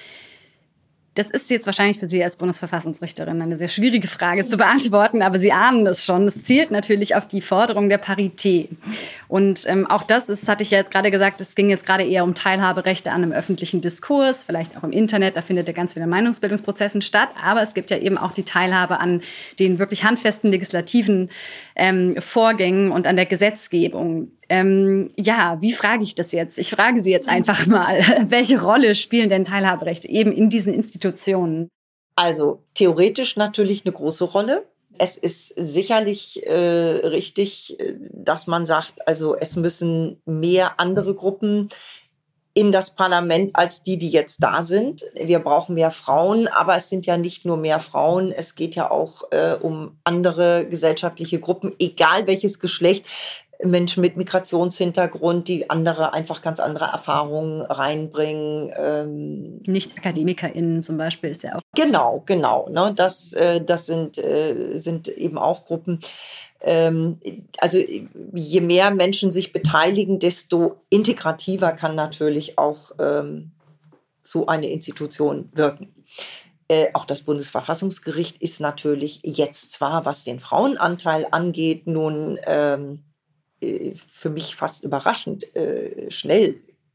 Das ist jetzt wahrscheinlich für Sie als Bundesverfassungsrichterin eine sehr schwierige Frage zu beantworten, aber Sie ahnen es schon. Es zielt natürlich auf die Forderung der Parität. Und ähm, auch das ist, hatte ich ja jetzt gerade gesagt, es ging jetzt gerade eher um Teilhaberechte an einem öffentlichen Diskurs, vielleicht auch im Internet, da findet ja ganz viele Meinungsbildungsprozessen statt. Aber es gibt ja eben auch die Teilhabe an den wirklich handfesten legislativen ähm, Vorgängen und an der Gesetzgebung. Ähm, ja, wie frage ich das jetzt? Ich frage Sie jetzt einfach mal, welche Rolle spielen denn Teilhaberechte eben in diesen Institutionen? Also theoretisch natürlich eine große Rolle. Es ist sicherlich äh, richtig, dass man sagt, also es müssen mehr andere Gruppen in das Parlament als die, die jetzt da sind. Wir brauchen mehr Frauen, aber es sind ja nicht nur mehr Frauen, es geht ja auch äh, um andere gesellschaftliche Gruppen, egal welches Geschlecht. Menschen mit Migrationshintergrund, die andere einfach ganz andere Erfahrungen reinbringen. Ähm Nicht-AkademikerInnen zum Beispiel ist ja auch. Genau, genau. Ne, das, äh, das sind, äh, sind eben auch Gruppen. Ähm, also je mehr Menschen sich beteiligen, desto integrativer kann natürlich auch ähm, so eine Institution wirken. Äh, auch das Bundesverfassungsgericht ist natürlich jetzt zwar, was den Frauenanteil angeht, nun ähm, für mich fast überraschend äh, schnell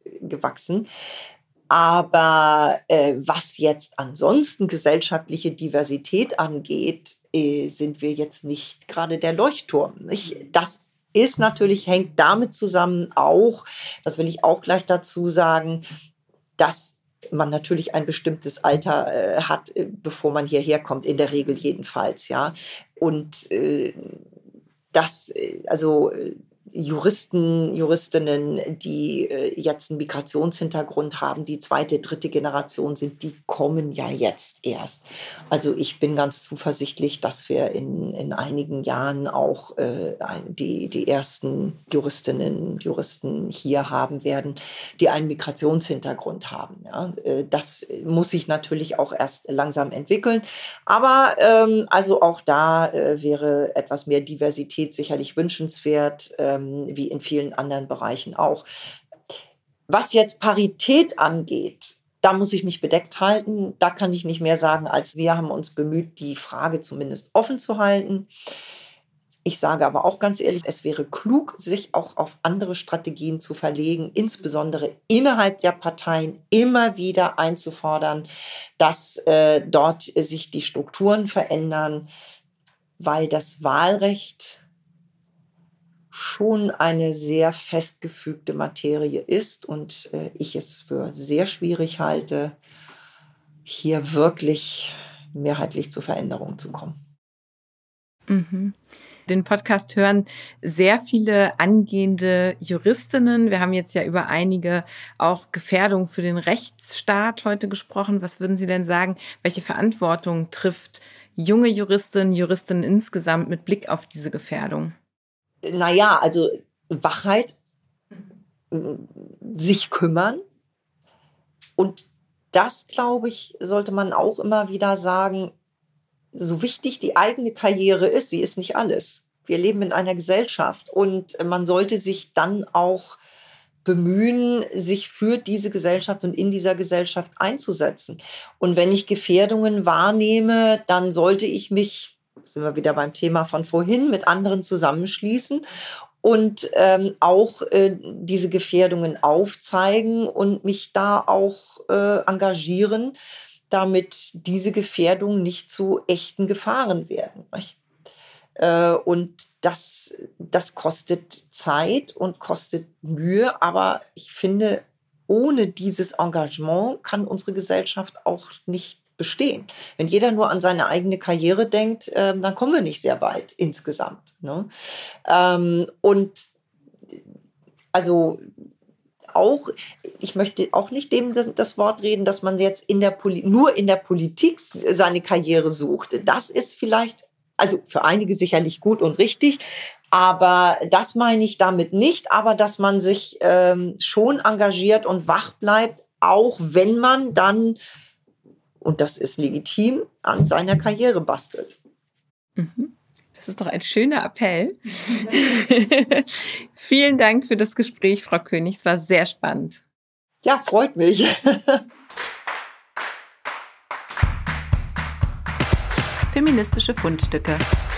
gewachsen. Aber äh, was jetzt ansonsten gesellschaftliche Diversität angeht, äh, sind wir jetzt nicht gerade der Leuchtturm. Nicht? Das ist natürlich, hängt damit zusammen auch, das will ich auch gleich dazu sagen, dass man natürlich ein bestimmtes Alter äh, hat, äh, bevor man hierher kommt, in der Regel jedenfalls, ja. Und äh, das, äh, also äh, Juristen, Juristinnen, die äh, jetzt einen Migrationshintergrund haben, die zweite, dritte Generation sind, die kommen ja jetzt erst. Also ich bin ganz zuversichtlich, dass wir in, in einigen Jahren auch äh, die, die ersten Juristinnen, Juristen hier haben werden, die einen Migrationshintergrund haben. Ja. Äh, das muss sich natürlich auch erst langsam entwickeln. Aber ähm, also auch da äh, wäre etwas mehr Diversität sicherlich wünschenswert, ähm, wie in vielen anderen Bereichen auch. Was jetzt Parität angeht, da muss ich mich bedeckt halten. Da kann ich nicht mehr sagen, als wir haben uns bemüht, die Frage zumindest offen zu halten. Ich sage aber auch ganz ehrlich, es wäre klug, sich auch auf andere Strategien zu verlegen, insbesondere innerhalb der Parteien immer wieder einzufordern, dass äh, dort sich die Strukturen verändern, weil das Wahlrecht schon eine sehr festgefügte Materie ist und äh, ich es für sehr schwierig halte, hier wirklich mehrheitlich zu Veränderungen zu kommen. Mhm. Den Podcast hören sehr viele angehende Juristinnen. Wir haben jetzt ja über einige auch Gefährdungen für den Rechtsstaat heute gesprochen. Was würden Sie denn sagen, welche Verantwortung trifft junge Juristinnen, Juristinnen insgesamt mit Blick auf diese Gefährdung? Naja, also Wachheit, sich kümmern. Und das, glaube ich, sollte man auch immer wieder sagen, so wichtig die eigene Karriere ist, sie ist nicht alles. Wir leben in einer Gesellschaft und man sollte sich dann auch bemühen, sich für diese Gesellschaft und in dieser Gesellschaft einzusetzen. Und wenn ich Gefährdungen wahrnehme, dann sollte ich mich, sind wir wieder beim Thema von vorhin, mit anderen zusammenschließen und ähm, auch äh, diese Gefährdungen aufzeigen und mich da auch äh, engagieren, damit diese Gefährdungen nicht zu echten Gefahren werden. Äh, und das, das kostet Zeit und kostet Mühe, aber ich finde, ohne dieses Engagement kann unsere Gesellschaft auch nicht bestehen. Wenn jeder nur an seine eigene Karriere denkt, äh, dann kommen wir nicht sehr weit insgesamt. Ne? Ähm, und also auch, ich möchte auch nicht dem das, das Wort reden, dass man jetzt in der Poli- nur in der Politik seine Karriere sucht. Das ist vielleicht, also für einige sicherlich gut und richtig, aber das meine ich damit nicht, aber dass man sich ähm, schon engagiert und wach bleibt, auch wenn man dann, und das ist legitim, an seiner Karriere bastelt. Mhm. Das ist doch ein schöner Appell. Vielen Dank für das Gespräch, Frau König. Es war sehr spannend. Ja, freut mich. Feministische Fundstücke.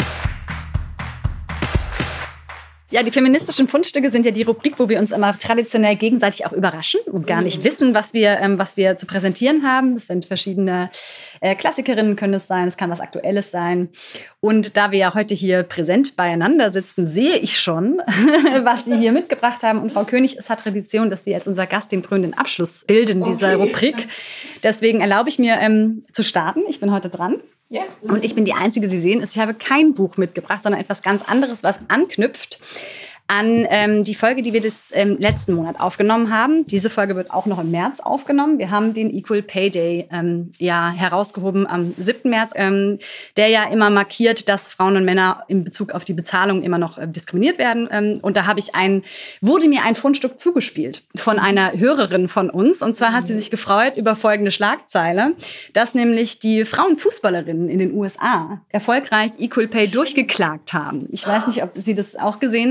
Ja, die feministischen Fundstücke sind ja die Rubrik, wo wir uns immer traditionell gegenseitig auch überraschen und gar nicht wissen, was wir, ähm, was wir zu präsentieren haben. Das sind verschiedene äh, Klassikerinnen, können es sein, es kann was Aktuelles sein. Und da wir ja heute hier präsent beieinander sitzen, sehe ich schon, was Sie hier mitgebracht haben. Und Frau König, es hat Tradition, dass Sie als unser Gast den krönenden Abschluss bilden dieser okay. Rubrik. Deswegen erlaube ich mir ähm, zu starten. Ich bin heute dran. Ja. Und ich bin die Einzige, Sie sehen, ich habe kein Buch mitgebracht, sondern etwas ganz anderes, was anknüpft an ähm, die Folge, die wir das ähm, letzten Monat aufgenommen haben. Diese Folge wird auch noch im März aufgenommen. Wir haben den Equal Pay Day ähm, ja herausgehoben am siebten März, ähm, der ja immer markiert, dass Frauen und Männer in Bezug auf die Bezahlung immer noch äh, diskriminiert werden. Ähm, und da habe ich ein, wurde mir ein Fundstück zugespielt von einer Hörerin von uns. Und zwar hat sie sich gefreut über folgende Schlagzeile, dass nämlich die Frauenfußballerinnen in den U S A erfolgreich Equal Pay durchgeklagt haben. Ich weiß nicht, ob Sie das auch gesehen haben.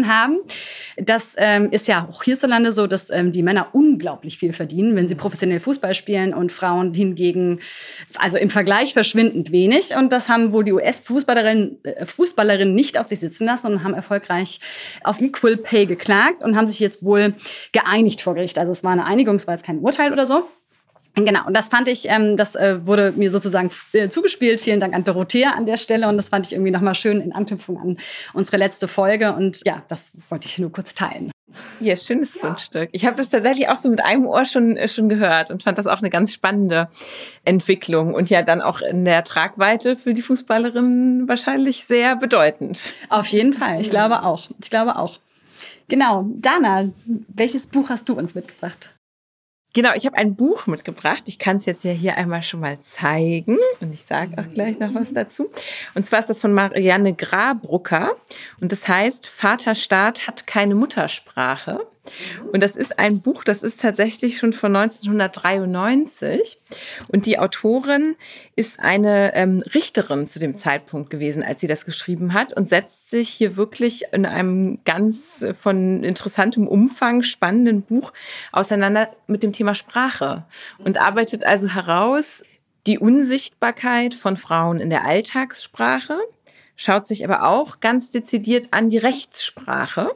Das ähm, ist ja auch hierzulande so, dass ähm, die Männer unglaublich viel verdienen, wenn sie professionell Fußball spielen und Frauen hingegen, also im Vergleich verschwindend wenig. Und das haben wohl die U S-Fußballerinnen äh, Fußballerinnen nicht auf sich sitzen lassen und haben erfolgreich auf Equal Pay geklagt und haben sich jetzt wohl geeinigt vor Gericht. Also es war eine Einigung, es war jetzt kein Urteil oder so. Genau, und das fand ich, ähm, das äh, wurde mir sozusagen äh, zugespielt. Vielen Dank an Dorothea an der Stelle. Und das fand ich irgendwie nochmal schön in Anknüpfung an unsere letzte Folge. Und ja, das wollte ich nur kurz teilen. Ja, schönes Fundstück. Ich habe das tatsächlich auch so mit einem Ohr schon, äh, schon gehört und fand das auch eine ganz spannende Entwicklung. Und ja, dann auch in der Tragweite für die Fußballerinnen wahrscheinlich sehr bedeutend. Auf jeden Fall, ich glaube auch. Ich glaube auch. Genau, Dana, welches Buch hast du uns mitgebracht? Genau, ich habe ein Buch mitgebracht. Ich kann es jetzt ja hier einmal schon mal zeigen. Und ich sage auch gleich noch was dazu. Und zwar ist das von Marianne Grabrucker. Und das heißt, Vaterstaat hat keine Muttersprache. Und das ist ein Buch, das ist tatsächlich schon von neunzehnhundertdreiundneunzig. Und die Autorin ist eine ähm, Richterin zu dem Zeitpunkt gewesen, als sie das geschrieben hat und setzt sich hier wirklich in einem ganz von interessantem Umfang spannenden Buch auseinander mit dem Thema Sprache und arbeitet also heraus die Unsichtbarkeit von Frauen in der Alltagssprache, schaut sich aber auch ganz dezidiert an die Rechtssprache,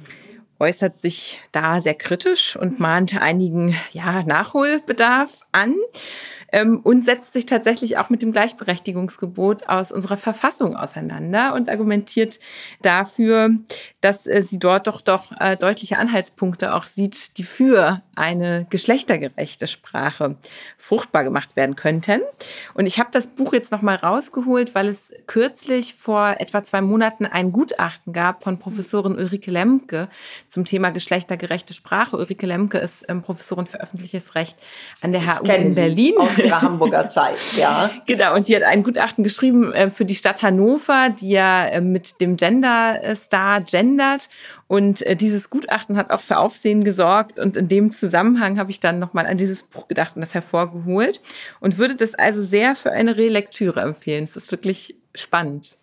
äußert sich da sehr kritisch und mahnt einigen ja, Nachholbedarf an ähm, und setzt sich tatsächlich auch mit dem Gleichberechtigungsgebot aus unserer Verfassung auseinander und argumentiert dafür, dass äh, sie dort doch doch äh, deutliche Anhaltspunkte auch sieht, die für eine geschlechtergerechte Sprache fruchtbar gemacht werden könnten. Und ich habe das Buch jetzt nochmal rausgeholt, weil es kürzlich vor etwa zwei Monaten ein Gutachten gab von Professorin Ulrike Lemke zum Thema geschlechtergerechte Sprache. Ulrike Lemke ist ähm, Professorin für öffentliches Recht an der H U in Berlin. Aus ihrer Hamburger Zeit, ja. Genau, und die hat ein Gutachten geschrieben äh, für die Stadt Hannover, die ja äh, mit dem Gender-Star gendert. Und äh, dieses Gutachten hat auch für Aufsehen gesorgt. Und in dem Zusammenhang habe ich dann nochmal an dieses Buch gedacht und das hervorgeholt. Und würde das also sehr für eine Relektüre empfehlen. Es ist wirklich spannend.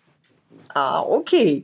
Ah, okay.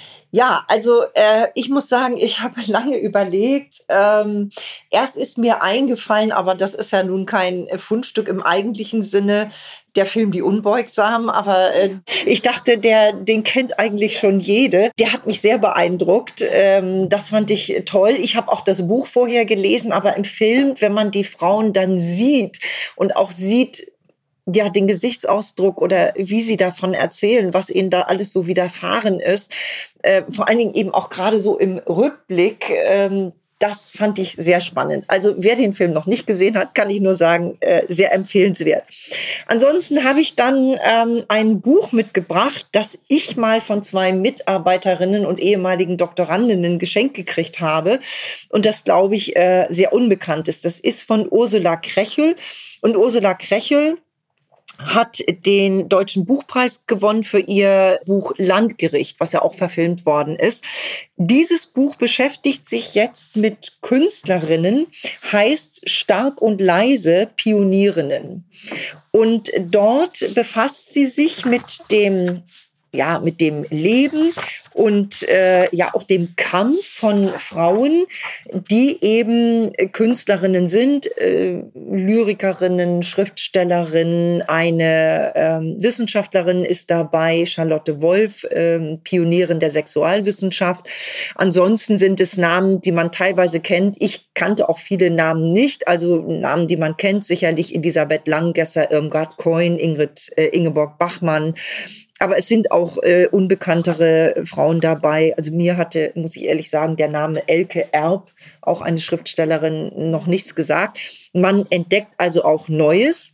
Ja, also äh, ich muss sagen, ich habe lange überlegt. Ähm, erst ist mir eingefallen, aber das ist ja nun kein Fundstück im eigentlichen Sinne, der Film Die Unbeugsamen. Aber äh, ich dachte, der, den kennt eigentlich schon jede. Der hat mich sehr beeindruckt. Ähm, das fand ich toll. Ich habe auch das Buch vorher gelesen, aber im Film, wenn man die Frauen dann sieht und auch sieht, ja, den Gesichtsausdruck oder wie sie davon erzählen, was ihnen da alles so widerfahren ist. Äh, vor allen Dingen eben auch gerade so im Rückblick. Ähm, das fand ich sehr spannend. Also wer den Film noch nicht gesehen hat, kann ich nur sagen, äh, sehr empfehlenswert. Ansonsten habe ich dann ähm, ein Buch mitgebracht, das ich mal von zwei Mitarbeiterinnen und ehemaligen Doktorandinnen geschenkt gekriegt habe. Und das, glaube ich, äh, sehr unbekannt ist. Das ist von Ursula Krechel. Und Ursula Krechel hat den Deutschen Buchpreis gewonnen für ihr Buch Landgericht, was ja auch verfilmt worden ist. Dieses Buch beschäftigt sich jetzt mit Künstlerinnen, heißt Stark und leise Pionierinnen. Und dort befasst sie sich mit dem ja, mit dem Leben und äh, ja auch dem Kampf von Frauen, die eben Künstlerinnen sind, äh, Lyrikerinnen, Schriftstellerinnen, eine ähm, Wissenschaftlerin ist dabei, Charlotte Wolf, ähm, Pionierin der Sexualwissenschaft. Ansonsten sind es Namen, die man teilweise kennt. Ich kannte auch viele Namen nicht, also Namen, die man kennt, sicherlich Elisabeth Langgesser, Irmgard Coin, Ingrid, äh, Ingeborg Bachmann. Aber es sind auch äh, unbekanntere Frauen dabei. Also mir hatte, muss ich ehrlich sagen, der Name Elke Erb, auch eine Schriftstellerin, noch nichts gesagt. Man entdeckt also auch Neues.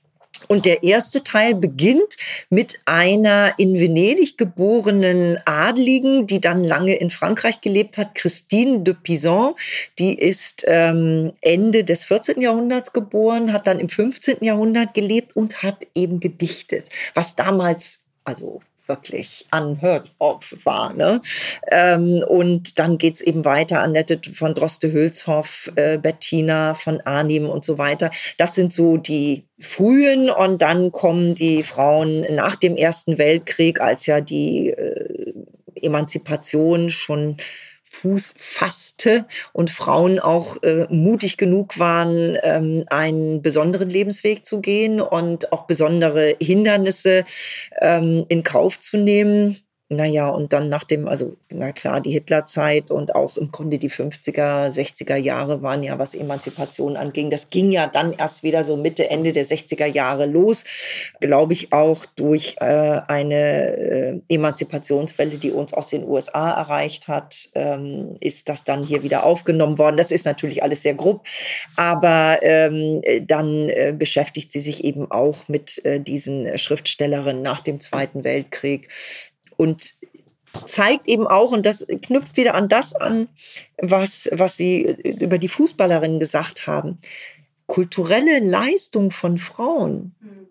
Und der erste Teil beginnt mit einer in Venedig geborenen Adligen, die dann lange in Frankreich gelebt hat, Christine de Pizan. Die ist ähm, Ende des vierzehnten Jahrhunderts geboren, hat dann im fünfzehnten Jahrhundert gelebt und hat eben gedichtet, was damals also wirklich unheard of war. Ne? Ähm, und dann geht's eben weiter, Annette von Droste-Hülshoff, äh, Bettina von Arnim und so weiter. Das sind so die frühen und dann kommen die Frauen nach dem Ersten Weltkrieg, als ja die äh, Emanzipation schon Fuß fasste und Frauen auch äh, mutig genug waren, ähm, einen besonderen Lebensweg zu gehen und auch besondere Hindernisse ähm, in Kauf zu nehmen. Naja, und dann nach dem, also na klar, die Hitlerzeit und auch im Grunde die fünfziger, sechziger Jahre waren ja, was Emanzipation anging. Das ging ja dann erst wieder so Mitte, Ende der sechziger Jahre los, glaube ich auch durch äh, eine äh, Emanzipationswelle, die uns aus den U S A erreicht hat, ähm, ist das dann hier wieder aufgenommen worden. Das ist natürlich alles sehr grob, aber ähm, dann äh, beschäftigt sie sich eben auch mit äh, diesen Schriftstellerinnen nach dem Zweiten Weltkrieg. Und zeigt eben auch, und das knüpft wieder an das an, was, was Sie über die Fußballerinnen gesagt haben, kulturelle Leistung von Frauen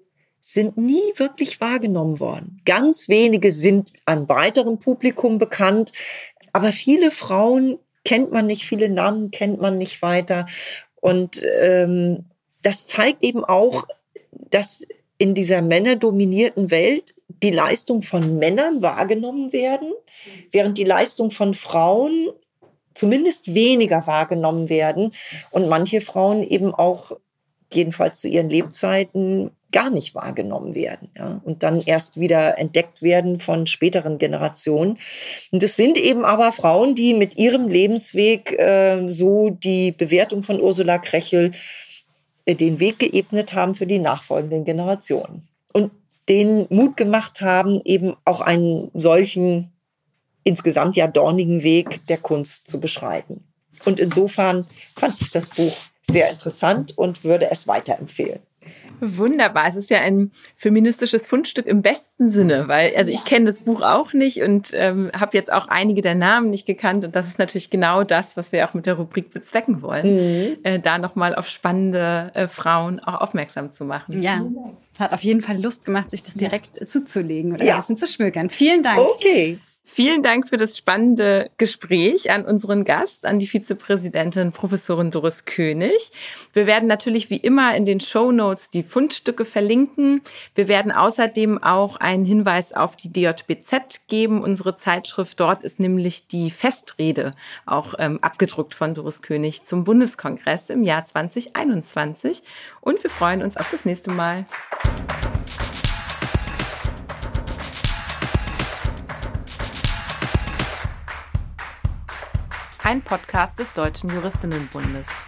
sind nie wirklich wahrgenommen worden. Ganz wenige sind einem breiteren Publikum bekannt, aber viele Frauen kennt man nicht, viele Namen kennt man nicht weiter. Und ähm, das zeigt eben auch, dass in dieser männerdominierten Welt die Leistung von Männern wahrgenommen werden, während die Leistung von Frauen zumindest weniger wahrgenommen werden und manche Frauen eben auch, jedenfalls zu ihren Lebzeiten, gar nicht wahrgenommen werden, ja, und dann erst wieder entdeckt werden von späteren Generationen. Und das sind eben aber Frauen, die mit ihrem Lebensweg äh, so die Bewertung von Ursula Krechel äh, den Weg geebnet haben für die nachfolgenden Generationen. Und den Mut gemacht haben, eben auch einen solchen insgesamt ja dornigen Weg der Kunst zu beschreiten. Und insofern fand ich das Buch sehr interessant und würde es weiterempfehlen. Wunderbar. Es ist ja ein feministisches Fundstück im besten Sinne, weil also ich kenne das Buch auch nicht und ähm, habe jetzt auch einige der Namen nicht gekannt. Und das ist natürlich genau das, was wir auch mit der Rubrik bezwecken wollen, mhm. äh, da nochmal auf spannende äh, Frauen auch aufmerksam zu machen. Ja, hat auf jeden Fall Lust gemacht, sich das direkt ja. zuzulegen oder ja. ein bisschen zu schmökern. Vielen Dank. Okay. Vielen Dank für das spannende Gespräch an unseren Gast, an die Vizepräsidentin Professorin Doris König. Wir werden natürlich wie immer in den Shownotes die Fundstücke verlinken. Wir werden außerdem auch einen Hinweis auf die D J B Z geben, unsere Zeitschrift. Dort ist nämlich die Festrede auch ähm, abgedruckt von Doris König zum Bundeskongress im Jahr zwanzig einundzwanzig. Und wir freuen uns auf das nächste Mal. Ein Podcast des Deutschen Juristinnenbundes.